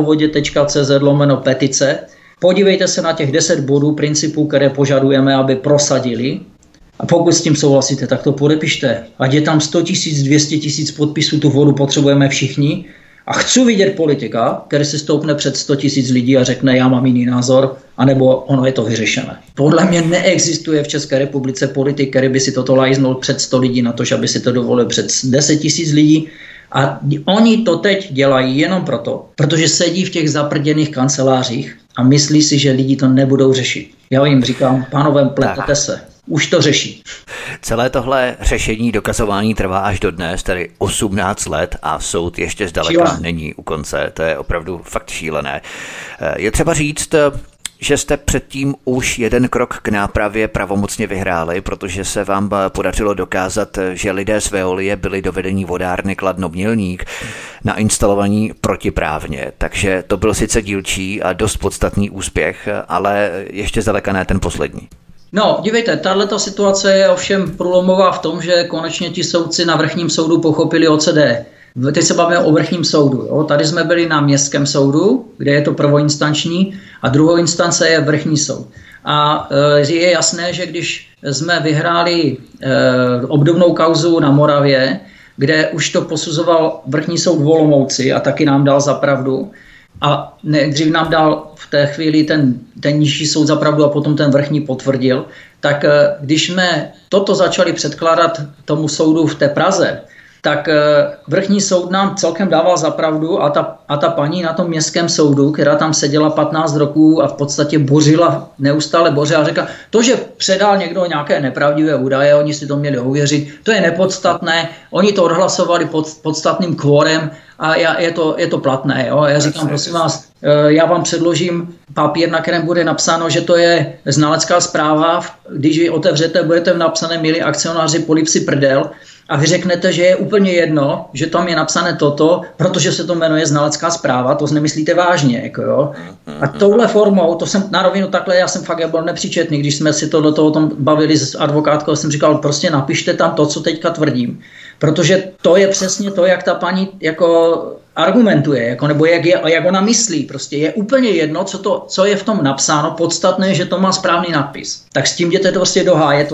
pravdaovodě.cz/petice. Podívejte se na těch 10 bodů principů, které požadujeme, aby prosadili. A pokud s tím souhlasíte, tak to podepište. Ať je tam 100 000, 200 000 podpisů, tu vodu potřebujeme všichni. A chci vidět politika, který se stoupne před 100 000 lidí a řekne, já mám jiný názor, anebo ono je to vyřešené. Podle mě neexistuje v České republice politik, který by si toto lajznul před 100 lidí na to, aby si to dovolil před 10 000 lidí. A oni to teď dělají jenom proto, protože sedí v těch zaprděných kancelářích a myslí si, že lidi to nebudou řešit. Já jim říkám, pánové, pletete se. Už to řeší. Celé tohle řešení dokazování trvá až do dnes, tedy 18 let a soud ještě zdaleka není u konce. To je opravdu fakt šílené. Je třeba říct, že jste předtím už jeden krok k nápravě pravomocně vyhráli, protože se vám podařilo dokázat, že lidé z Veolie byli do vedení vodárny Kladno-Mělník nainstalovaní protiprávně. Takže to byl sice dílčí a dost podstatný úspěch, ale ještě zdaleka ne ten poslední. No, dívejte, tato situace je ovšem průlomová v tom, že konečně ti soudci na vrchním soudu pochopili OCD. Teď se bavíme o vrchním soudu. Jo? Tady jsme byli na městském soudu, kde je to prvoinstanční, a druhou instance je vrchní soud. A je jasné, že když jsme vyhráli obdobnou kauzu na Moravě, kde už to posuzoval vrchní soud v Olomouci a taky nám dal za pravdu, a nejdřív nám dal v té chvíli ten nižší soud za pravdu a potom ten vrchní potvrdil, tak když jsme toto začali předkládat tomu soudu v té Praze, tak vrchní soud nám celkem dával za pravdu a ta paní na tom městském soudu, která tam seděla 15 roků a v podstatě neustále bořila a řekla, to, že předal někdo nějaké nepravdivé údaje, oni si to měli ověřit, to je nepodstatné, oni to odhlasovali podstatným kvórem a je to platné. Jo? Já říkám, prosím vás, já vám předložím papír, na kterém bude napsáno, že to je znalecká zpráva, když ji otevřete, budete napsané, milí akcionáři, polip si prdel, a vy řeknete, že je úplně jedno, že tam je napsané toto, protože se to jmenuje znalecká zpráva, to nemyslíte vážně. Jako jo. A touhle formou, to jsem na rovinu takhle, já jsem fakt byl nepříčetný, když jsme si to do toho tom bavili s advokátkou, jsem říkal, prostě napište tam to, co teďka tvrdím. Protože to je přesně to, jak ta paní jako argumentuje, jako, nebo jak ona myslí. Prostě je úplně jedno, co je v tom napsáno, podstatné, že to má správný nadpis. Tak s tím jděte prostě do háje,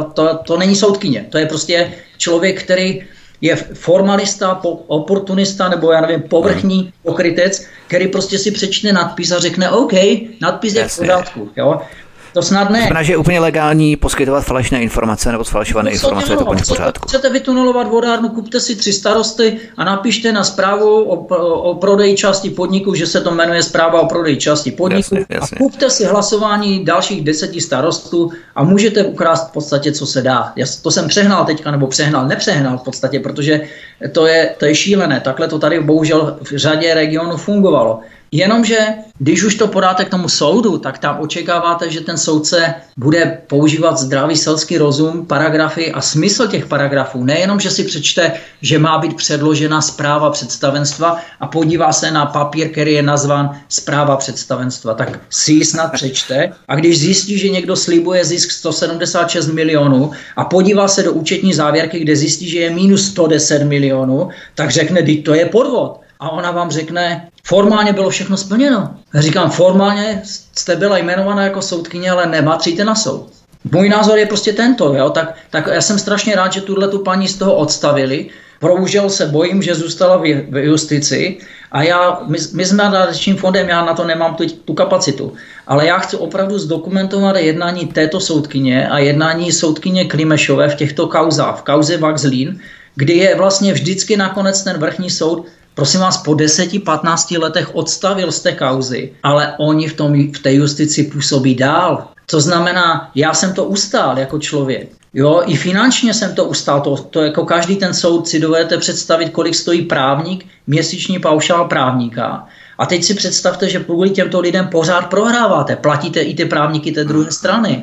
to není soudkyně. To je prostě člověk, který je formalista, oportunista, nebo já nevím, povrchní pokrytec, který prostě si přečte nadpis a řekne OK, nadpis je v pořádku. Jo? To snad ne. Znamená, že je úplně legální poskytovat falešné informace nebo sfalšované informace, je to úplně v pořádku. Chcete vytunelovat vodárnu, kupte si 3 starosty a napište na zprávu o prodeji části podniku, že se to jmenuje zpráva o prodeji části podniku. Jasně. A kupte si hlasování dalších 10 starostů a můžete ukrást v podstatě, co se dá. To jsem přehnal teďka, nebo nepřehnal v podstatě, protože to je šílené. Takhle to tady bohužel v řadě regionů fungovalo. Jenomže když už to podáte k tomu soudu, tak tam očekáváte, že ten soudce bude používat zdravý selský rozum, paragrafy a smysl těch paragrafů. Nejenom, že si přečte, že má být předložena zpráva představenstva a podívá se na papír, který je nazván zpráva představenstva. Tak si ji snad přečte a když zjistí, že někdo slibuje zisk 176 milionů a podívá se do účetní závěrky, kde zjistí, že je minus 110 milionů, tak řekne, že to je podvod. A ona vám řekne, formálně bylo všechno splněno. Já říkám, formálně jste byla jmenovaná jako soudkyně, ale nepatříte na soud. Můj názor je prostě tento, jo? Tak já jsem strašně rád, že tu paní z toho odstavili. Bohužel se bojím, že zůstala v justici a my jsme nadačním fondem, já na to nemám tu kapacitu. Ale já chci opravdu zdokumentovat jednání této soudkyně a jednání soudkyně Klimešové v těchto kauzách, v kauze Vaxlín, kdy je vlastně vždycky nakonec ten vrchní soud, prosím vás, po 10-15 letech odstavil z té kauzy, ale oni v té justici působí dál. To znamená, já jsem to ustál jako člověk. Jo, i finančně jsem to ustál, to jako každý ten soud si dovedete představit, kolik stojí právník, měsíční paušál právníka. A teď si představte, že kvůli těmto lidem pořád prohráváte, platíte i ty právníky té druhé strany.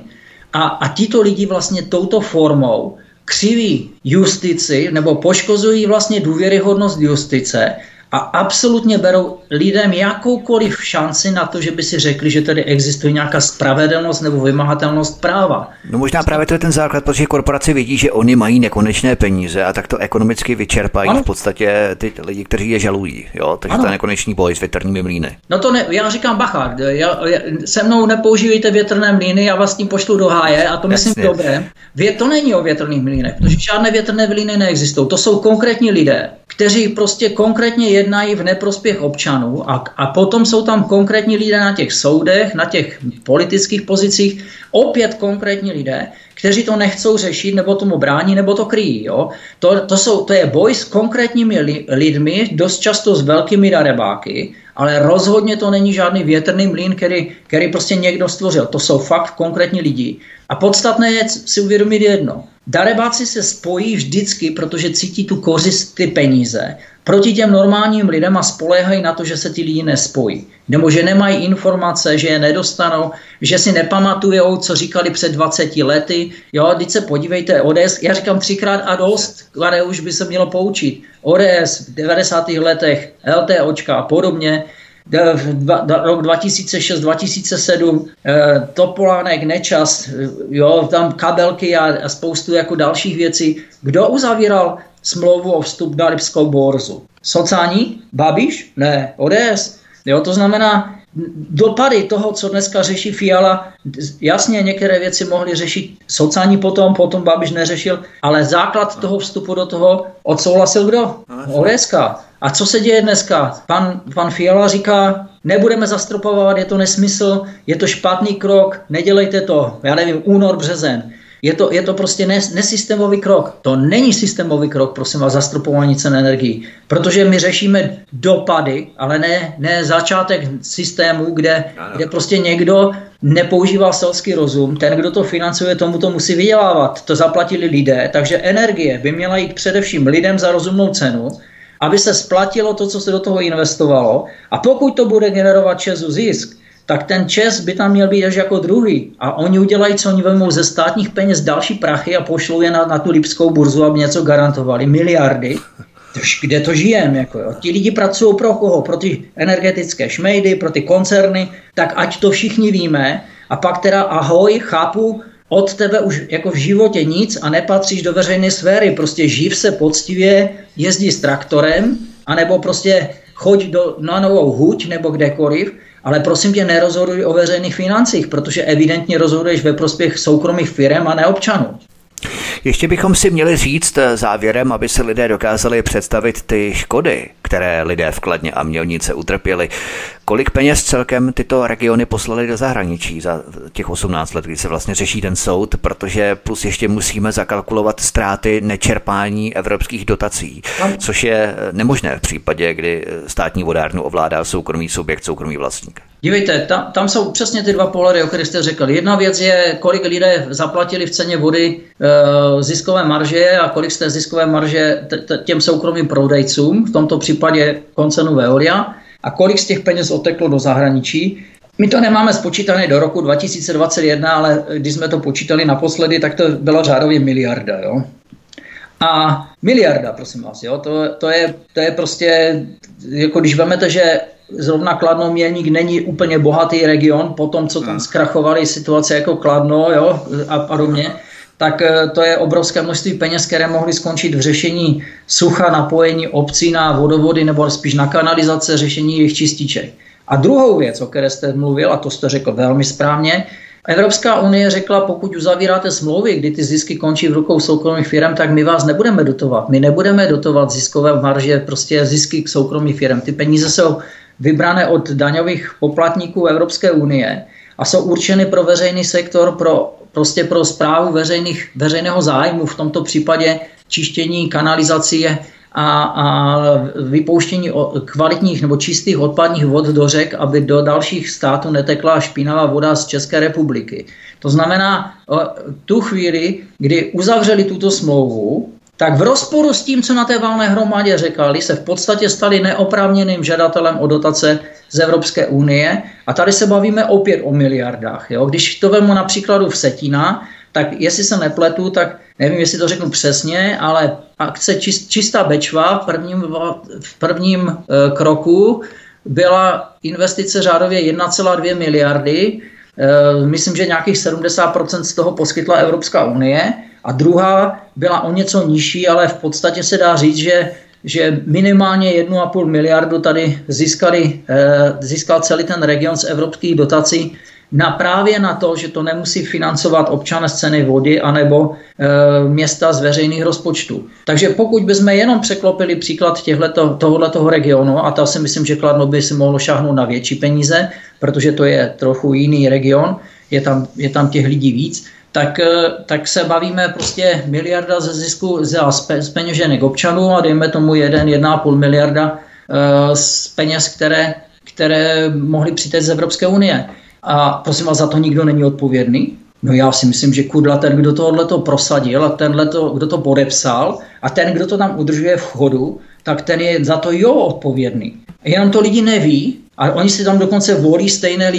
A tito lidi vlastně touto formou křiví justici nebo poškozují vlastně důvěryhodnost justice a absolutně berou lidem jakoukoliv šanci na to, že by si řekli, že tady existuje nějaká spravedlnost nebo vymahatelnost práva. No možná právě to je ten základ, protože korporace vidí, že oni mají nekonečné peníze a tak to ekonomicky vyčerpají v podstatě ty lidi, kteří je žalují. Jo? Takže to je nekonečný boj s větrnými mlýny. No to ne, já říkám bacha, se mnou nepoužívejte větrné mlýny, já vás tím pošlu do háje a to myslím dobré. To není o větrných mlýnech, protože žádné větrné mlýny neexistují. To jsou konkrétní lidé, kteří prostě konkrétně jednají v neprospěch občanů a potom jsou tam konkrétní lidé na těch soudech, na těch politických pozicích, opět konkrétní lidé, kteří to nechcou řešit, nebo tomu brání, nebo to kryjí. Jo? To je boj s konkrétními lidmi, dost často s velkými darebáky, ale rozhodně to není žádný větrný mlýn, který prostě někdo stvořil. To jsou fakt konkrétní lidi. A podstatné je si uvědomit jedno. Darebáci se spojí vždycky, protože cítí tu kořist, ty peníze, proti těm normálním lidem a spoléhají na to, že se ty lidi nespojí. Nebo že nemají informace, že je nedostanou, že si nepamatujou, co říkali před 20 lety. Jo, teď se podívejte, ODS, já říkám 3x a dost, které už by se mělo poučit. ODS v 90. letech, LTOčka a podobně, rok 2006, 2007, Topolánek, Nečas, jo, tam kabelky a spoustu jako dalších věcí. Kdo uzavíral smlouvu o vstup na Lipskou burzu? Socani? Babiš? Ne, ODS. Jo, to znamená, dopady toho, co dneska řeší Fiala, jasně některé věci mohli řešit Socani potom Babiš neřešil, ale základ toho vstupu do toho odsouhlasil kdo? ODSka. A co se děje dneska? Pan Fiala říká, nebudeme zastropovat, je to nesmysl, je to špatný krok, nedělejte to, já nevím, únor, březen. Je to prostě nesystémový krok. To není systémový krok, prosím vás, zastropování cen energií. Protože my řešíme dopady, ale ne začátek systému, kde prostě někdo nepoužívá selský rozum. Ten, kdo to financuje, tomu to musí vydělávat. To zaplatili lidé, takže energie by měla jít především lidem za rozumnou cenu, aby se splatilo to, co se do toho investovalo. A pokud to bude generovat ČEZu zisk, tak ten ČEZ by tam měl být až jako druhý. A oni udělají, co oni vezmou ze státních peněz další prachy a pošlou je na tu Lipskou burzu, aby něco garantovali. Miliardy. Kde to žijeme? Jako, jo. Ti lidi pracují pro koho? Pro ty energetické šmejdy, pro ty koncerny. Tak ať to všichni víme. A pak teda ahoj, chápu, od tebe už jako v životě nic a nepatříš do veřejné sféry. Prostě živ se poctivě, jezdí s traktorem, anebo prostě choď na Novou Huť nebo kdekoliv, ale prosím tě, nerozhoduj o veřejných financích, protože evidentně rozhoduješ ve prospěch soukromých firem a ne občanů. Ještě bychom si měli říct závěrem, aby se lidé dokázali představit ty škody, které lidé v Kladně a Mělnice utrpěli. Kolik peněz celkem tyto regiony poslali do zahraničí za těch 18 let, kdy se vlastně řeší ten soud, protože plus ještě musíme zakalkulovat ztráty nečerpání evropských dotací, což je nemožné v případě, kdy státní vodárnu ovládá soukromý subjekt, soukromý vlastník. Dívejte, tam jsou přesně ty dva pohledy, o kterých jste řekl. Jedna věc je, kolik lidé zaplatili v ceně vody ziskové marže a kolik z té ziskové marže těm soukromým prodejcům, v tomto případě koncernu Veolia. a kolik z těch peněz odteklo do zahraničí. My to nemáme spočítané do roku 2021, ale když jsme to počítali naposledy, tak to byla řádově miliarda. Jo? A miliarda, prosím vás, jo? To je prostě, jako když vemete, že zrovna Kladno Mělník není úplně bohatý region, po tom, co tam zkrachovaly situace jako Kladno, jo? A podobně, tak to je obrovské množství peněz, které mohly skončit v řešení sucha, napojení obcí na vodovody nebo spíš na kanalizace, řešení jejich čističek. A druhou věc, o které jste mluvil, a to jste řekl velmi správně, Evropská unie řekla, pokud uzavíráte smlouvy, kdy ty zisky končí v rukou soukromých firm, tak my vás nebudeme dotovat. My nebudeme dotovat ziskové marže, prostě zisky k soukromých firm. Ty peníze jsou vybrané od daňových poplatníků Evropské unie a jsou určeny pro veřejný sektor, pro správu veřejného zájmu, v tomto případě čištění kanalizací a vypouštění kvalitních nebo čistých odpadních vod do řek, aby do dalších států netekla špinavá voda z České republiky. To znamená, tu chvíli, kdy uzavřeli tuto smlouvu, tak v rozporu s tím, co na té valné hromadě řekali, se v podstatě stali neoprávněným žadatelem o dotace z Evropské unie. A tady se bavíme opět o miliardách. Jo? Když to vemu na příkladu Vsetína, tak jestli se nepletu, tak nevím, jestli to řeknu přesně, ale akce Čistá Bečva v prvním kroku byla investice řádově 1,2 miliardy. Myslím, že nějakých 70% z toho poskytla Evropská unie. A druhá byla o něco nižší, ale v podstatě se dá říct, že minimálně 1,5 miliardu tady získal celý ten region z evropských dotací právě na to, že to nemusí financovat občané z ceny vody anebo města z veřejných rozpočtů. Takže pokud bychom jenom překlopili příklad tohoto regionu, a to si myslím, že Kladno by si mohlo šáhnout na větší peníze, protože to je trochu jiný region, je tam těch lidí víc, tak se bavíme prostě miliarda ze zisku z peněženek občanů a dejme tomu 1,5 miliarda z peněz, které mohly přijít z Evropské unie. A prosím vás, za to nikdo není odpovědný? No já si myslím, že kudla ten, kdo tohleto prosadil a kdo to podepsal a ten, kdo to tam udržuje v chodu, tak ten je za to odpovědný. Jenom to lidi neví a oni si tam dokonce volí stejné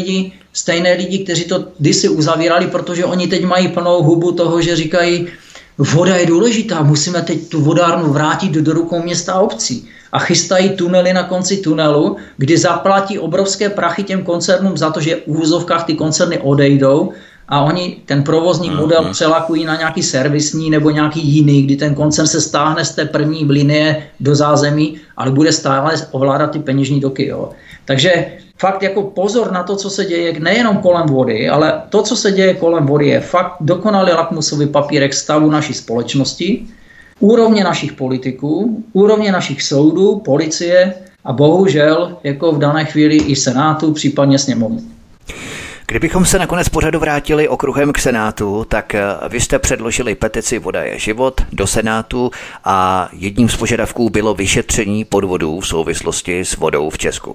lidi, kteří to kdysi uzavírali, protože oni teď mají plnou hubu toho, že říkají, voda je důležitá, musíme teď tu vodárnu vrátit do rukou města a obcí. A chystají tunely na konci tunelu, kdy zaplatí obrovské prachy těm koncernům za to, že v úvozovkách ty koncerny odejdou a oni ten provozní model přelakují na nějaký servisní nebo nějaký jiný, kdy ten koncern se stáhne z té první linie do zázemí, ale bude stále ovládat ty peněžní toky. Jo. Takže fakt jako pozor na to, co se děje nejenom kolem vody, ale to, co se děje kolem vody, je fakt dokonalý lakmusový papírek stavu naší společnosti, úrovně našich politiků, úrovně našich soudů, policie a bohužel jako v dané chvíli i Senátu, případně sněmovny. Kdybychom se nakonec pořadu vrátili okruhem k Senátu, tak vy jste předložili petici Voda je život do Senátu a jedním z požadavků bylo vyšetření podvodů v souvislosti s vodou v Česku.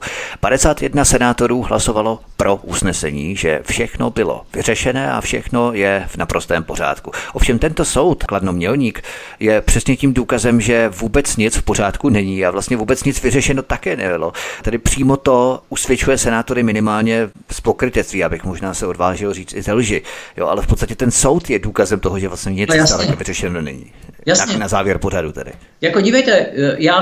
51 senátorů hlasovalo pro usnesení, že všechno bylo vyřešené a všechno je v naprostém pořádku. Ovšem tento soud, Kladno Mělník, je přesně tím důkazem, že vůbec nic v pořádku není a vlastně vůbec nic vyřešeno také nebylo. Tedy přímo to usvědčuje senátory minimálně z pokrytectví, abych možná se odvážil říct i ze lži. Jo, ale v podstatě ten soud je důkazem toho, že vlastně nic stále vyřešeno není. Jasně. Tak na závěr pořadu tedy. Jako dívejte, já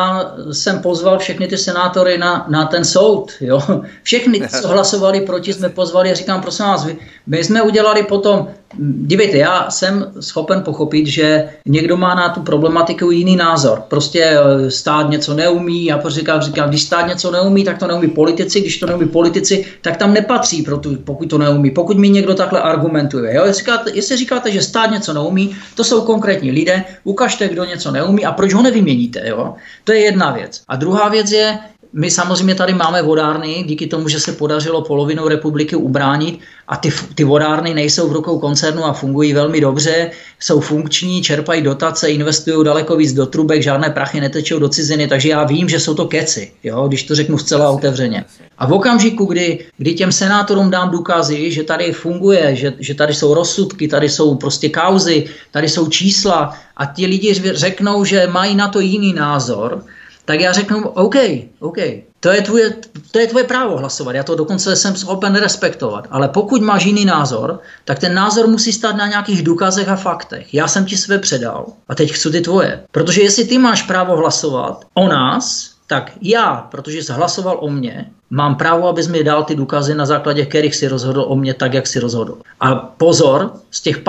jsem pozval všechny ty senátory na ten soud. Jo? Všechny, co hlasovali proti, jsme pozvali a říkám, prosím vás, my jsme udělali potom, dívejte, já jsem schopen pochopit, že někdo má na tu problematiku jiný názor. Prostě stát něco neumí, já říkám, když stát něco neumí, tak to neumí politici, když to neumí politici, tak tam nepatří, pokud to neumí. Pokud mi někdo takhle argumentuje. Jo? Jestli říkáte, že stát něco neumí, to jsou konkrétní lidé, ukažte, kdo něco neumí a proč ho nevyměníte. Jo? To je jedna věc. A druhá věc je, my samozřejmě tady máme vodárny, díky tomu, že se podařilo polovinu republiky ubránit a ty vodárny nejsou v rukou koncernu a fungují velmi dobře, jsou funkční, čerpají dotace, investují daleko víc do trubek, žádné prachy netečou do ciziny, takže já vím, že jsou to keci, jo, když to řeknu zcela otevřeně. A v okamžiku, kdy těm senátorům dám důkazy, že tady funguje, že tady jsou rozsudky, tady jsou prostě kauzy, tady jsou čísla a ti lidi řeknou, že mají na to jiný názor, tak já řeknu, OK, to je tvoje právo hlasovat, já to dokonce jsem schopen respektovat, ale pokud máš jiný názor, tak ten názor musí stát na nějakých důkazech a faktech. Já jsem ti své předal a teď chci ty tvoje. Protože jestli ty máš právo hlasovat o nás, tak já, protože jsi hlasoval o mně, mám právo, abys mi dal ty důkazy, na základě kterých si rozhodl o mně tak, jak si rozhodl. A pozor, z těch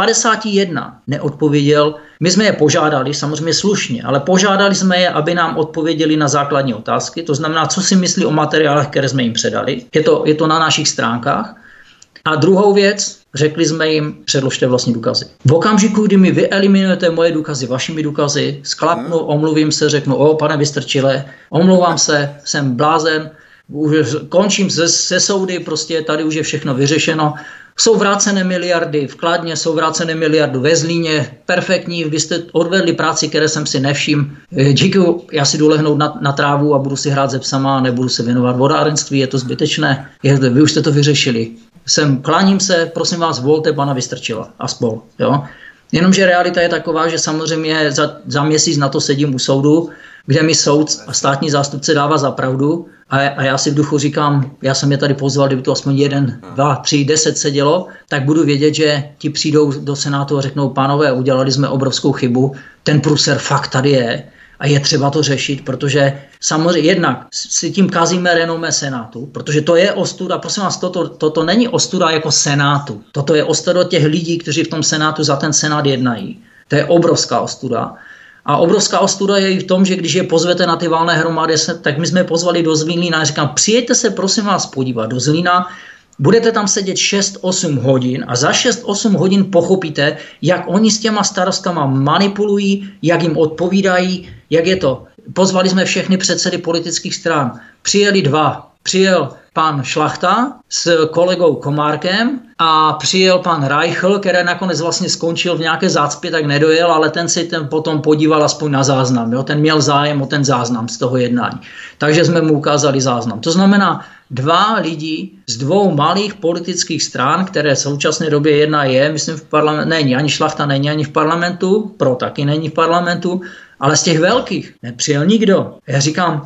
51 neodpověděl, my jsme je požádali, samozřejmě slušně, ale požádali jsme je, aby nám odpověděli na základní otázky, to znamená, co si myslí o materiálech, které jsme jim předali. Je to na našich stránkách. A druhou věc, řekli jsme jim, předložte vlastní důkazy. V okamžiku, kdy mi vy eliminujete moje důkazy vašimi důkazy, sklapnu, omluvím se, řeknu, pane Vystrčile, omlouvám se, jsem blázen, už končím se soudy, prostě tady už je všechno vyřešeno. Jsou vrácené miliardy v Kladně, jsou vrácené miliardy ve Zlíně, perfektní, vy jste odvedli práci, které jsem si nevšiml. Díky, já si jdu lehnout na trávu a budu si hrát se psama, nebudu se věnovat vodárenství, je to zbytečné, vy už jste to vyřešili. Kláním se, prosím vás, volte pana Vystrčila a spol. Jo? Jenomže realita je taková, že samozřejmě za měsíc na to sedím u soudu, kde mi soud a státní zástupce dává za pravdu a já si v duchu říkám, já jsem je tady pozval, kdyby to aspoň 1, 2, 3, 10 sedělo, tak budu vědět, že ti přijdou do Senátu a řeknou, pánové, udělali jsme obrovskou chybu, ten průser fakt tady je a je třeba to řešit, protože samozřejmě jednak si tím kazíme renomé Senátu, protože to je ostuda, prosím vás, toto není ostuda jako Senátu, toto je ostuda těch lidí, kteří v tom Senátu za ten Senát jednají. To je obrovská ostuda. A obrovská ostuda je i v tom, že když je pozvete na ty valné hromady, tak my jsme pozvali do Zlína a říkám, přijďte se prosím vás podívat do Zlína, budete tam sedět 6-8 hodin a za 6-8 hodin pochopíte, jak oni s těma starostama manipulují, jak jim odpovídají, jak je to. Pozvali jsme všechny předsedy politických stran. Přijeli 2. Přijel pan Šlachta s kolegou Komárkem a přijel pan Reichl, který nakonec vlastně skončil v nějaké zácpě, tak nedojel, ale ten si potom podíval aspoň na záznam. Jo? Ten měl zájem o ten záznam z toho jednání. Takže jsme mu ukázali záznam. To znamená 2 lidi z 2 malých politických stran, které v současné době jedna je, myslím v parlamentu, není ani Šlachta, není ani v parlamentu, Pro taky není v parlamentu, ale z těch velkých nepřijel nikdo. Já říkám,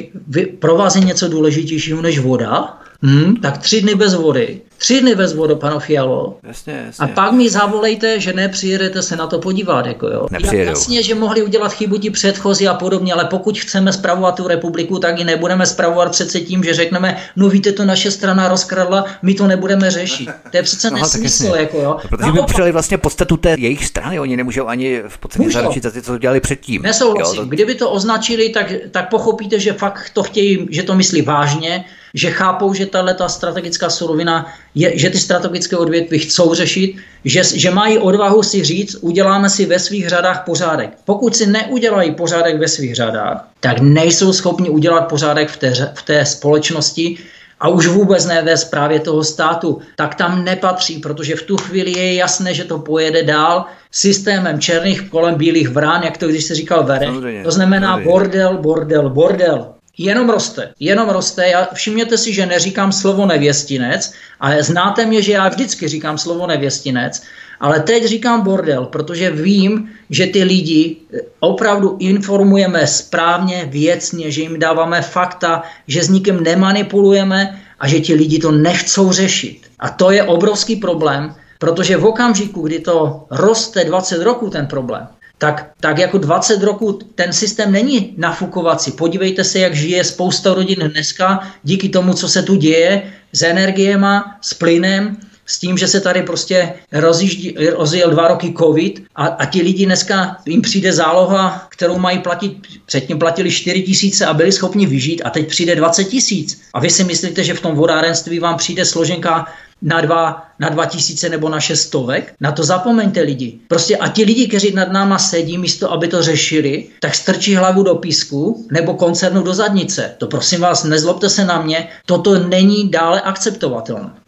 pro vás je něco důležitějšího než voda? Tak 3 dny bez vody. 3 dny bez vody, pano Fialo. Jasně. A pak mi zavolejte, že nepřijedete se na to podívat. Jako jo. Jasně, že mohli udělat chybu ti předchozí a podobně, ale pokud chceme spravovat tu republiku, tak ji nebudeme spravovat přece tím, že řekneme, no víte, to naše strana rozkradla, my to nebudeme řešit. To je přece nesmysl. Jako, jo. Protože by přijeli vlastně podstatu té jejich strany, oni nemůžou ani v podstatě zaručit za ty, co dělali předtím. Nesouhlasím. Kdyby to označili, tak pochopíte, že fakt to chtějí, že to myslí vážně, že chápou, že tato strategická surovina, že ty strategické odvětví chcou řešit, že mají odvahu si říct, uděláme si ve svých řadách pořádek. Pokud si neudělají pořádek ve svých řadách, tak nejsou schopni udělat pořádek v té společnosti a už vůbec ne ve správě toho státu, tak tam nepatří, protože v tu chvíli je jasné, že to pojede dál systémem černých kolem bílých vrán, jak to když se říkal Verech. To znamená bordel. Jenom roste. Všimněte si, že neříkám slovo nevěstinec, ale znáte mě, že já vždycky říkám slovo nevěstinec, ale teď říkám bordel, protože vím, že ty lidi opravdu informujeme správně, věcně, že jim dáváme fakta, že s nikým nemanipulujeme a že ti lidi to nechcou řešit. A to je obrovský problém, protože v okamžiku, kdy to roste 20 roků ten problém, tak jako 20 roků ten systém není nafukovací. Podívejte se, jak žije spousta rodin dneska díky tomu, co se tu děje s energiema, s plynem, s tím, že se tady prostě rozjel 2 roky covid a ti lidi dneska jim přijde záloha, kterou mají platit, předtím platili 4 000 a byli schopni vyžít a teď přijde 20 000. A vy si myslíte, že v tom vodárenství vám přijde složenka na 2 000 nebo na 600? Na to zapomeňte lidi. Prostě a ti lidi, kteří nad náma sedí, místo aby to řešili, tak strčí hlavu do písku nebo koncernu do zadnice. To prosím vás, nezlobte se na mě, toto není dále akceptovatelné.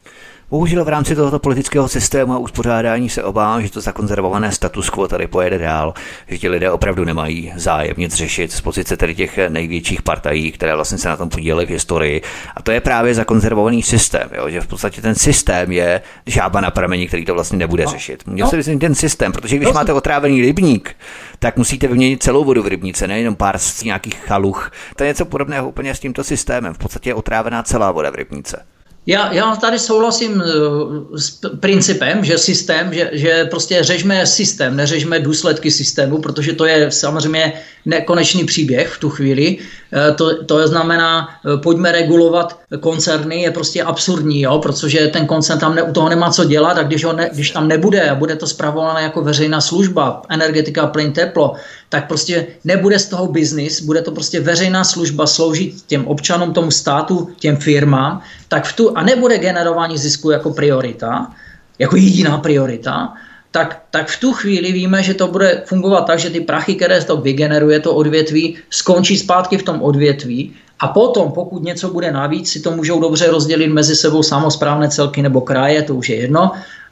Bohužel v rámci tohoto politického systému a uspořádání se obávám, že to zakonzervované status quo tady pojede dál, že ti lidé opravdu nemají zájem nic řešit z pozice tedy těch největších partají, které vlastně se na tom podílely v historii. A to je právě zakonzervovaný systém, jo? Že v podstatě ten systém je žába na prameni, který to vlastně nebude řešit. Měl se ten systém, protože když máte otrávený rybník, tak musíte vyměnit celou vodu v rybníce, nejenom pár z nějakých chaluch. To je něco podobného úplně s tímto systémem. V podstatě je otrávená celá voda v rybníce. Já tady souhlasím s principem, že systém, že prostě řežme systém, neřežme důsledky systému, protože to je samozřejmě nekonečný příběh v tu chvíli. To znamená, pojďme regulovat koncerny, je prostě absurdní, jo, protože ten koncern tam u toho nemá co dělat a když tam nebude a bude to spravované jako veřejná služba, energetika, plyn, teplo, tak prostě nebude z toho biznis, bude to prostě veřejná služba sloužit těm občanům, tomu státu, těm firmám, a nebude generování zisku jako priorita, jako jediná priorita, tak v tu chvíli víme, že to bude fungovat tak, že ty prachy, které to vygeneruje, to odvětví, skončí zpátky v tom odvětví a potom, pokud něco bude navíc, si to můžou dobře rozdělit mezi sebou samosprávné celky nebo kraje, to už je jedno.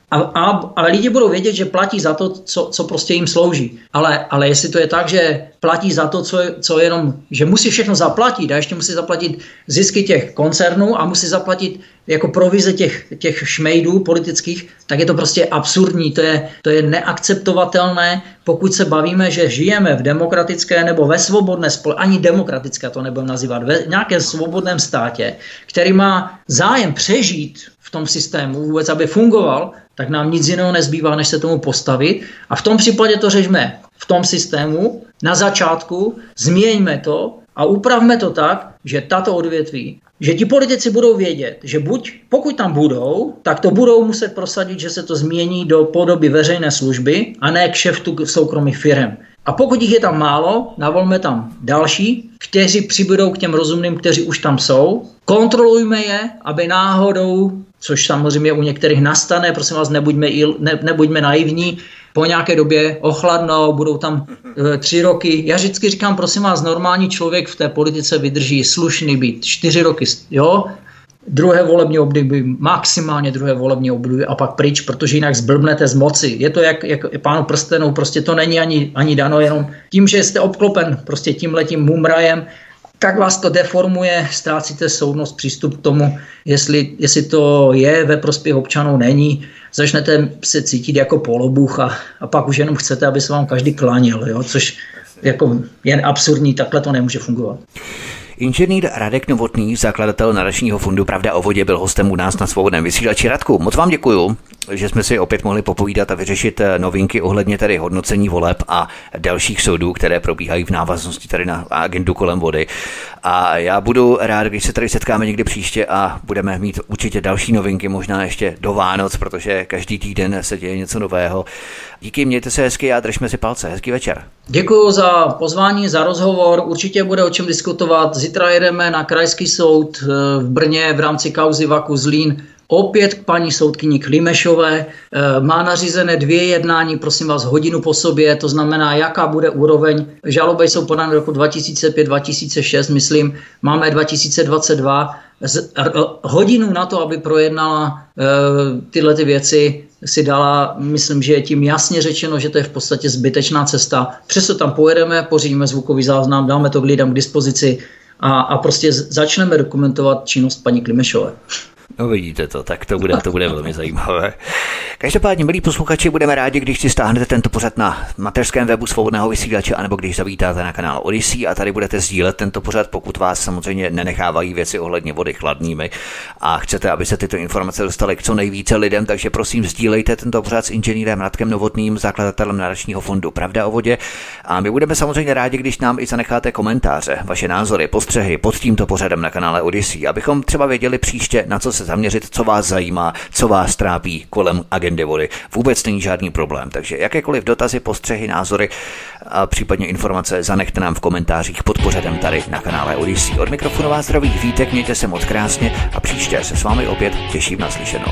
Ale lidi budou vědět, že platí za to, co prostě jim slouží. Ale jestli to je tak, že platí za to, co jenom, že musí všechno zaplatit a ještě musí zaplatit zisky těch koncernů a musí zaplatit jako provize těch šmejdů politických, tak je to prostě absurdní. To je neakceptovatelné, pokud se bavíme, že žijeme v demokratické nebo ve svobodné ani demokratické to nebudeme nazývat, ve nějakém svobodném státě, který má zájem přežít v tom systému vůbec, aby fungoval, tak nám nic jiného nezbývá, než se tomu postavit. A v tom případě to řešme v tom systému, na začátku, změňme to a upravme to tak, že tato odvětví, že ti politici budou vědět, že pokud tam budou, tak to budou muset prosadit, že se to změní do podoby veřejné služby a ne kšeftu soukromých firem. A pokud jich je tam málo, navolme tam další, kteří přibudou k těm rozumným, kteří už tam jsou. Kontrolujme je, aby náhodou, což samozřejmě u některých nastane, prosím vás, nebuďme naivní, po nějaké době ochladnou, budou tam 3 roky. Já vždycky říkám, prosím vás, normální člověk v té politice vydrží slušný být 4 roky, jo? Druhé volební období, maximálně druhé volební období a pak pryč, protože jinak zblbnete z moci. Je to jak pánu prstenů, prostě to není ani dano, jenom tím, že jste obklopen prostě tímhletím mumrajem, tak vás to deformuje, ztrácíte soudnost, přístup k tomu, jestli to je ve prospěch občanů, není. Začnete se cítit jako polobůh a pak už jenom chcete, aby se vám každý klánil, jo? Což jako je absurdní, takhle to nemůže fungovat. Inženýr Radek Novotný, zakladatel nadačního fondu Pravda o vodě, byl hostem u nás na Svobodném vysílači. Radku, moc vám děkuju, že jsme si opět mohli popovídat a vyřešit novinky ohledně tady hodnocení voleb a dalších soudů, které probíhají v návaznosti tady na agendu kolem vody. A já budu rád, když se tady setkáme někdy příště a budeme mít určitě další novinky, možná ještě do Vánoc, protože každý týden se děje něco nového. Díky, mějte se hezky a držme si palce. Hezký večer. Děkuji za pozvání, za rozhovor. Určitě bude o čem diskutovat. Zítra jedeme na krajský soud v Brně v rámci kauzy Vaku Zlín. Opět k paní soudkyni Klimešové. Má nařízené 2 jednání, prosím vás, hodinu po sobě, to znamená, jaká bude úroveň. Žaloby jsou podány roku 2005-2006, myslím, máme 2022. Hodinu na to, aby projednala tyhle ty věci, si dala, myslím, že je tím jasně řečeno, že to je v podstatě zbytečná cesta. Přesto tam pojedeme, pořídíme zvukový záznam, dáme to k lidem k dispozici a prostě začneme dokumentovat činnost paní Klimešové. No vidíte to, tak to bude velmi zajímavé. Každopádně, milí posluchači, budeme rádi, když si stáhnete tento pořad na mateřském webu Svobodného vysílače, anebo když zavítáte na kanál Odyssey a tady budete sdílet tento pořad, pokud vás samozřejmě nenechávají věci ohledně vody chladnými a chcete, aby se tyto informace dostaly k co nejvíce lidem, takže prosím sdílejte tento pořad s inženýrem Radkem Novotným, zakladatelem nadačního fondu Pravda o vodě. A my budeme samozřejmě rádi, když nám i zanecháte komentáře, vaše názory, postřehy pod tímto pořadem na kanále Odyssey, abychom třeba věděli příště, na co se zaměřit, co vás zajímá, co vás trápí kolem agendy vody. Vůbec není žádný problém, takže jakékoliv dotazy, postřehy, názory a případně informace zanechte nám v komentářích pod pořadem tady na kanále Odyssey. Od mikrofonu vás zdraví Vítek, mějte se moc krásně a příště se s vámi opět těším na slyšenou.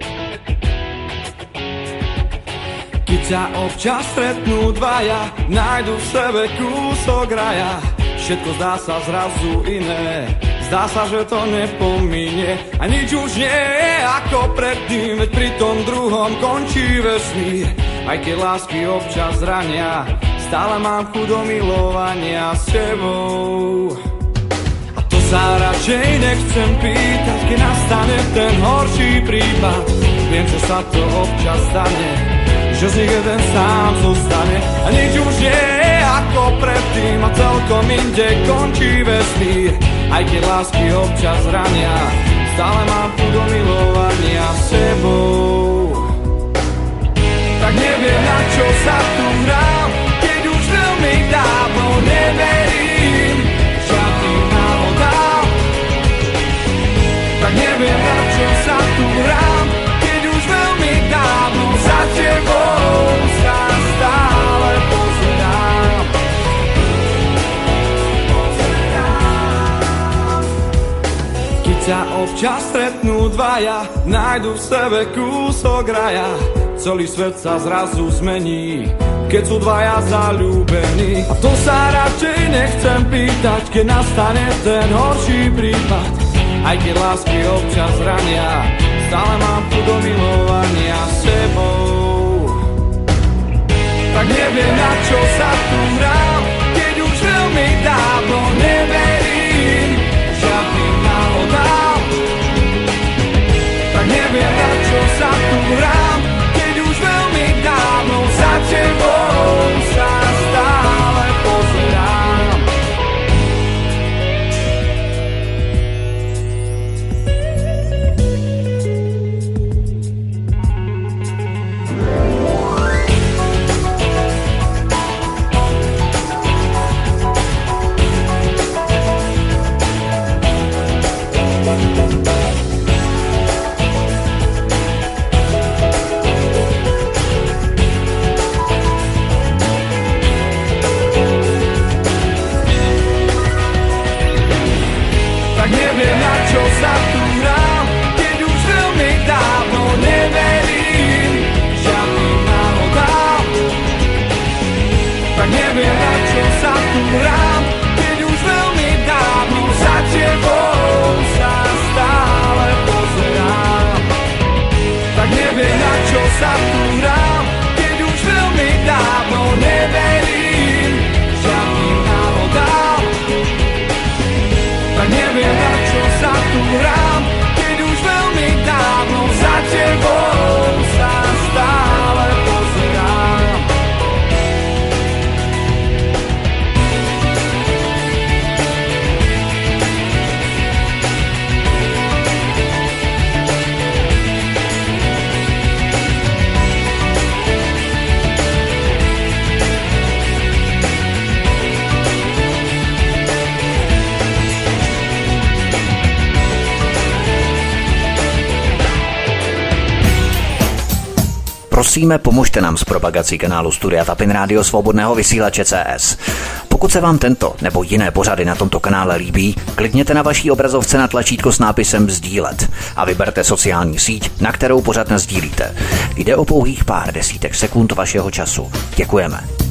Keď ťa občas stretnú dvaja, nájdu v sebe kúsok raja. Všetko zdá sa zrazu iné, Zdá sa, že to nepomíne a nič už nie je ako predtým, veď pri tom druhom končí vesmír. Aj keď lásky občas zrania, stále mám chuť do milovania s tebou. A to sa radšej nechcem pýtať, keď nastane ten horší prípad. Viem, že sa to občas stane, že z nich jeden sám zostane a nič už nie je ako predtým a celkom inde končí vesmír. Aj keď lásky občas zrania, stále mám chuť do milovania s tebou. Tak neviem, na čo sa tu hrám, keď už veľmi dávno neverím žiadnym náhodám. Tak neviem, na čo sa tu hrám, keď už veľmi dávno za tebou sa stále pozerám. Keď ťa občas stretnú dvaja, nájdu v sebe kúsok raja. Celý svet sa zrazu zmení, keď sú dvaja zaľúbení. A to sa radšej nechcem pýtať, keď nastane ten horší prípad. Aj keď lásky občas rania, stále mám chuť do milovania s tebou. Tak neviem, na čo sa tu hrám, keď už veľmi dávno neverím žiadnym náhodám. Tak neviem, na čo sa tu hrám, veľmi dávno za tebou sa stále pozerám. Prosíme, pomožte nám s propagací kanálu Studia Tapin Rádio Svobodného vysílače CS. Pokud se vám tento nebo jiné pořady na tomto kanále líbí, klikněte na vaší obrazovce na tlačítko s nápisem sdílet a vyberte sociální síť, na kterou pořad nasdílíte. Jde o pouhých pár desítek sekund vašeho času. Děkujeme.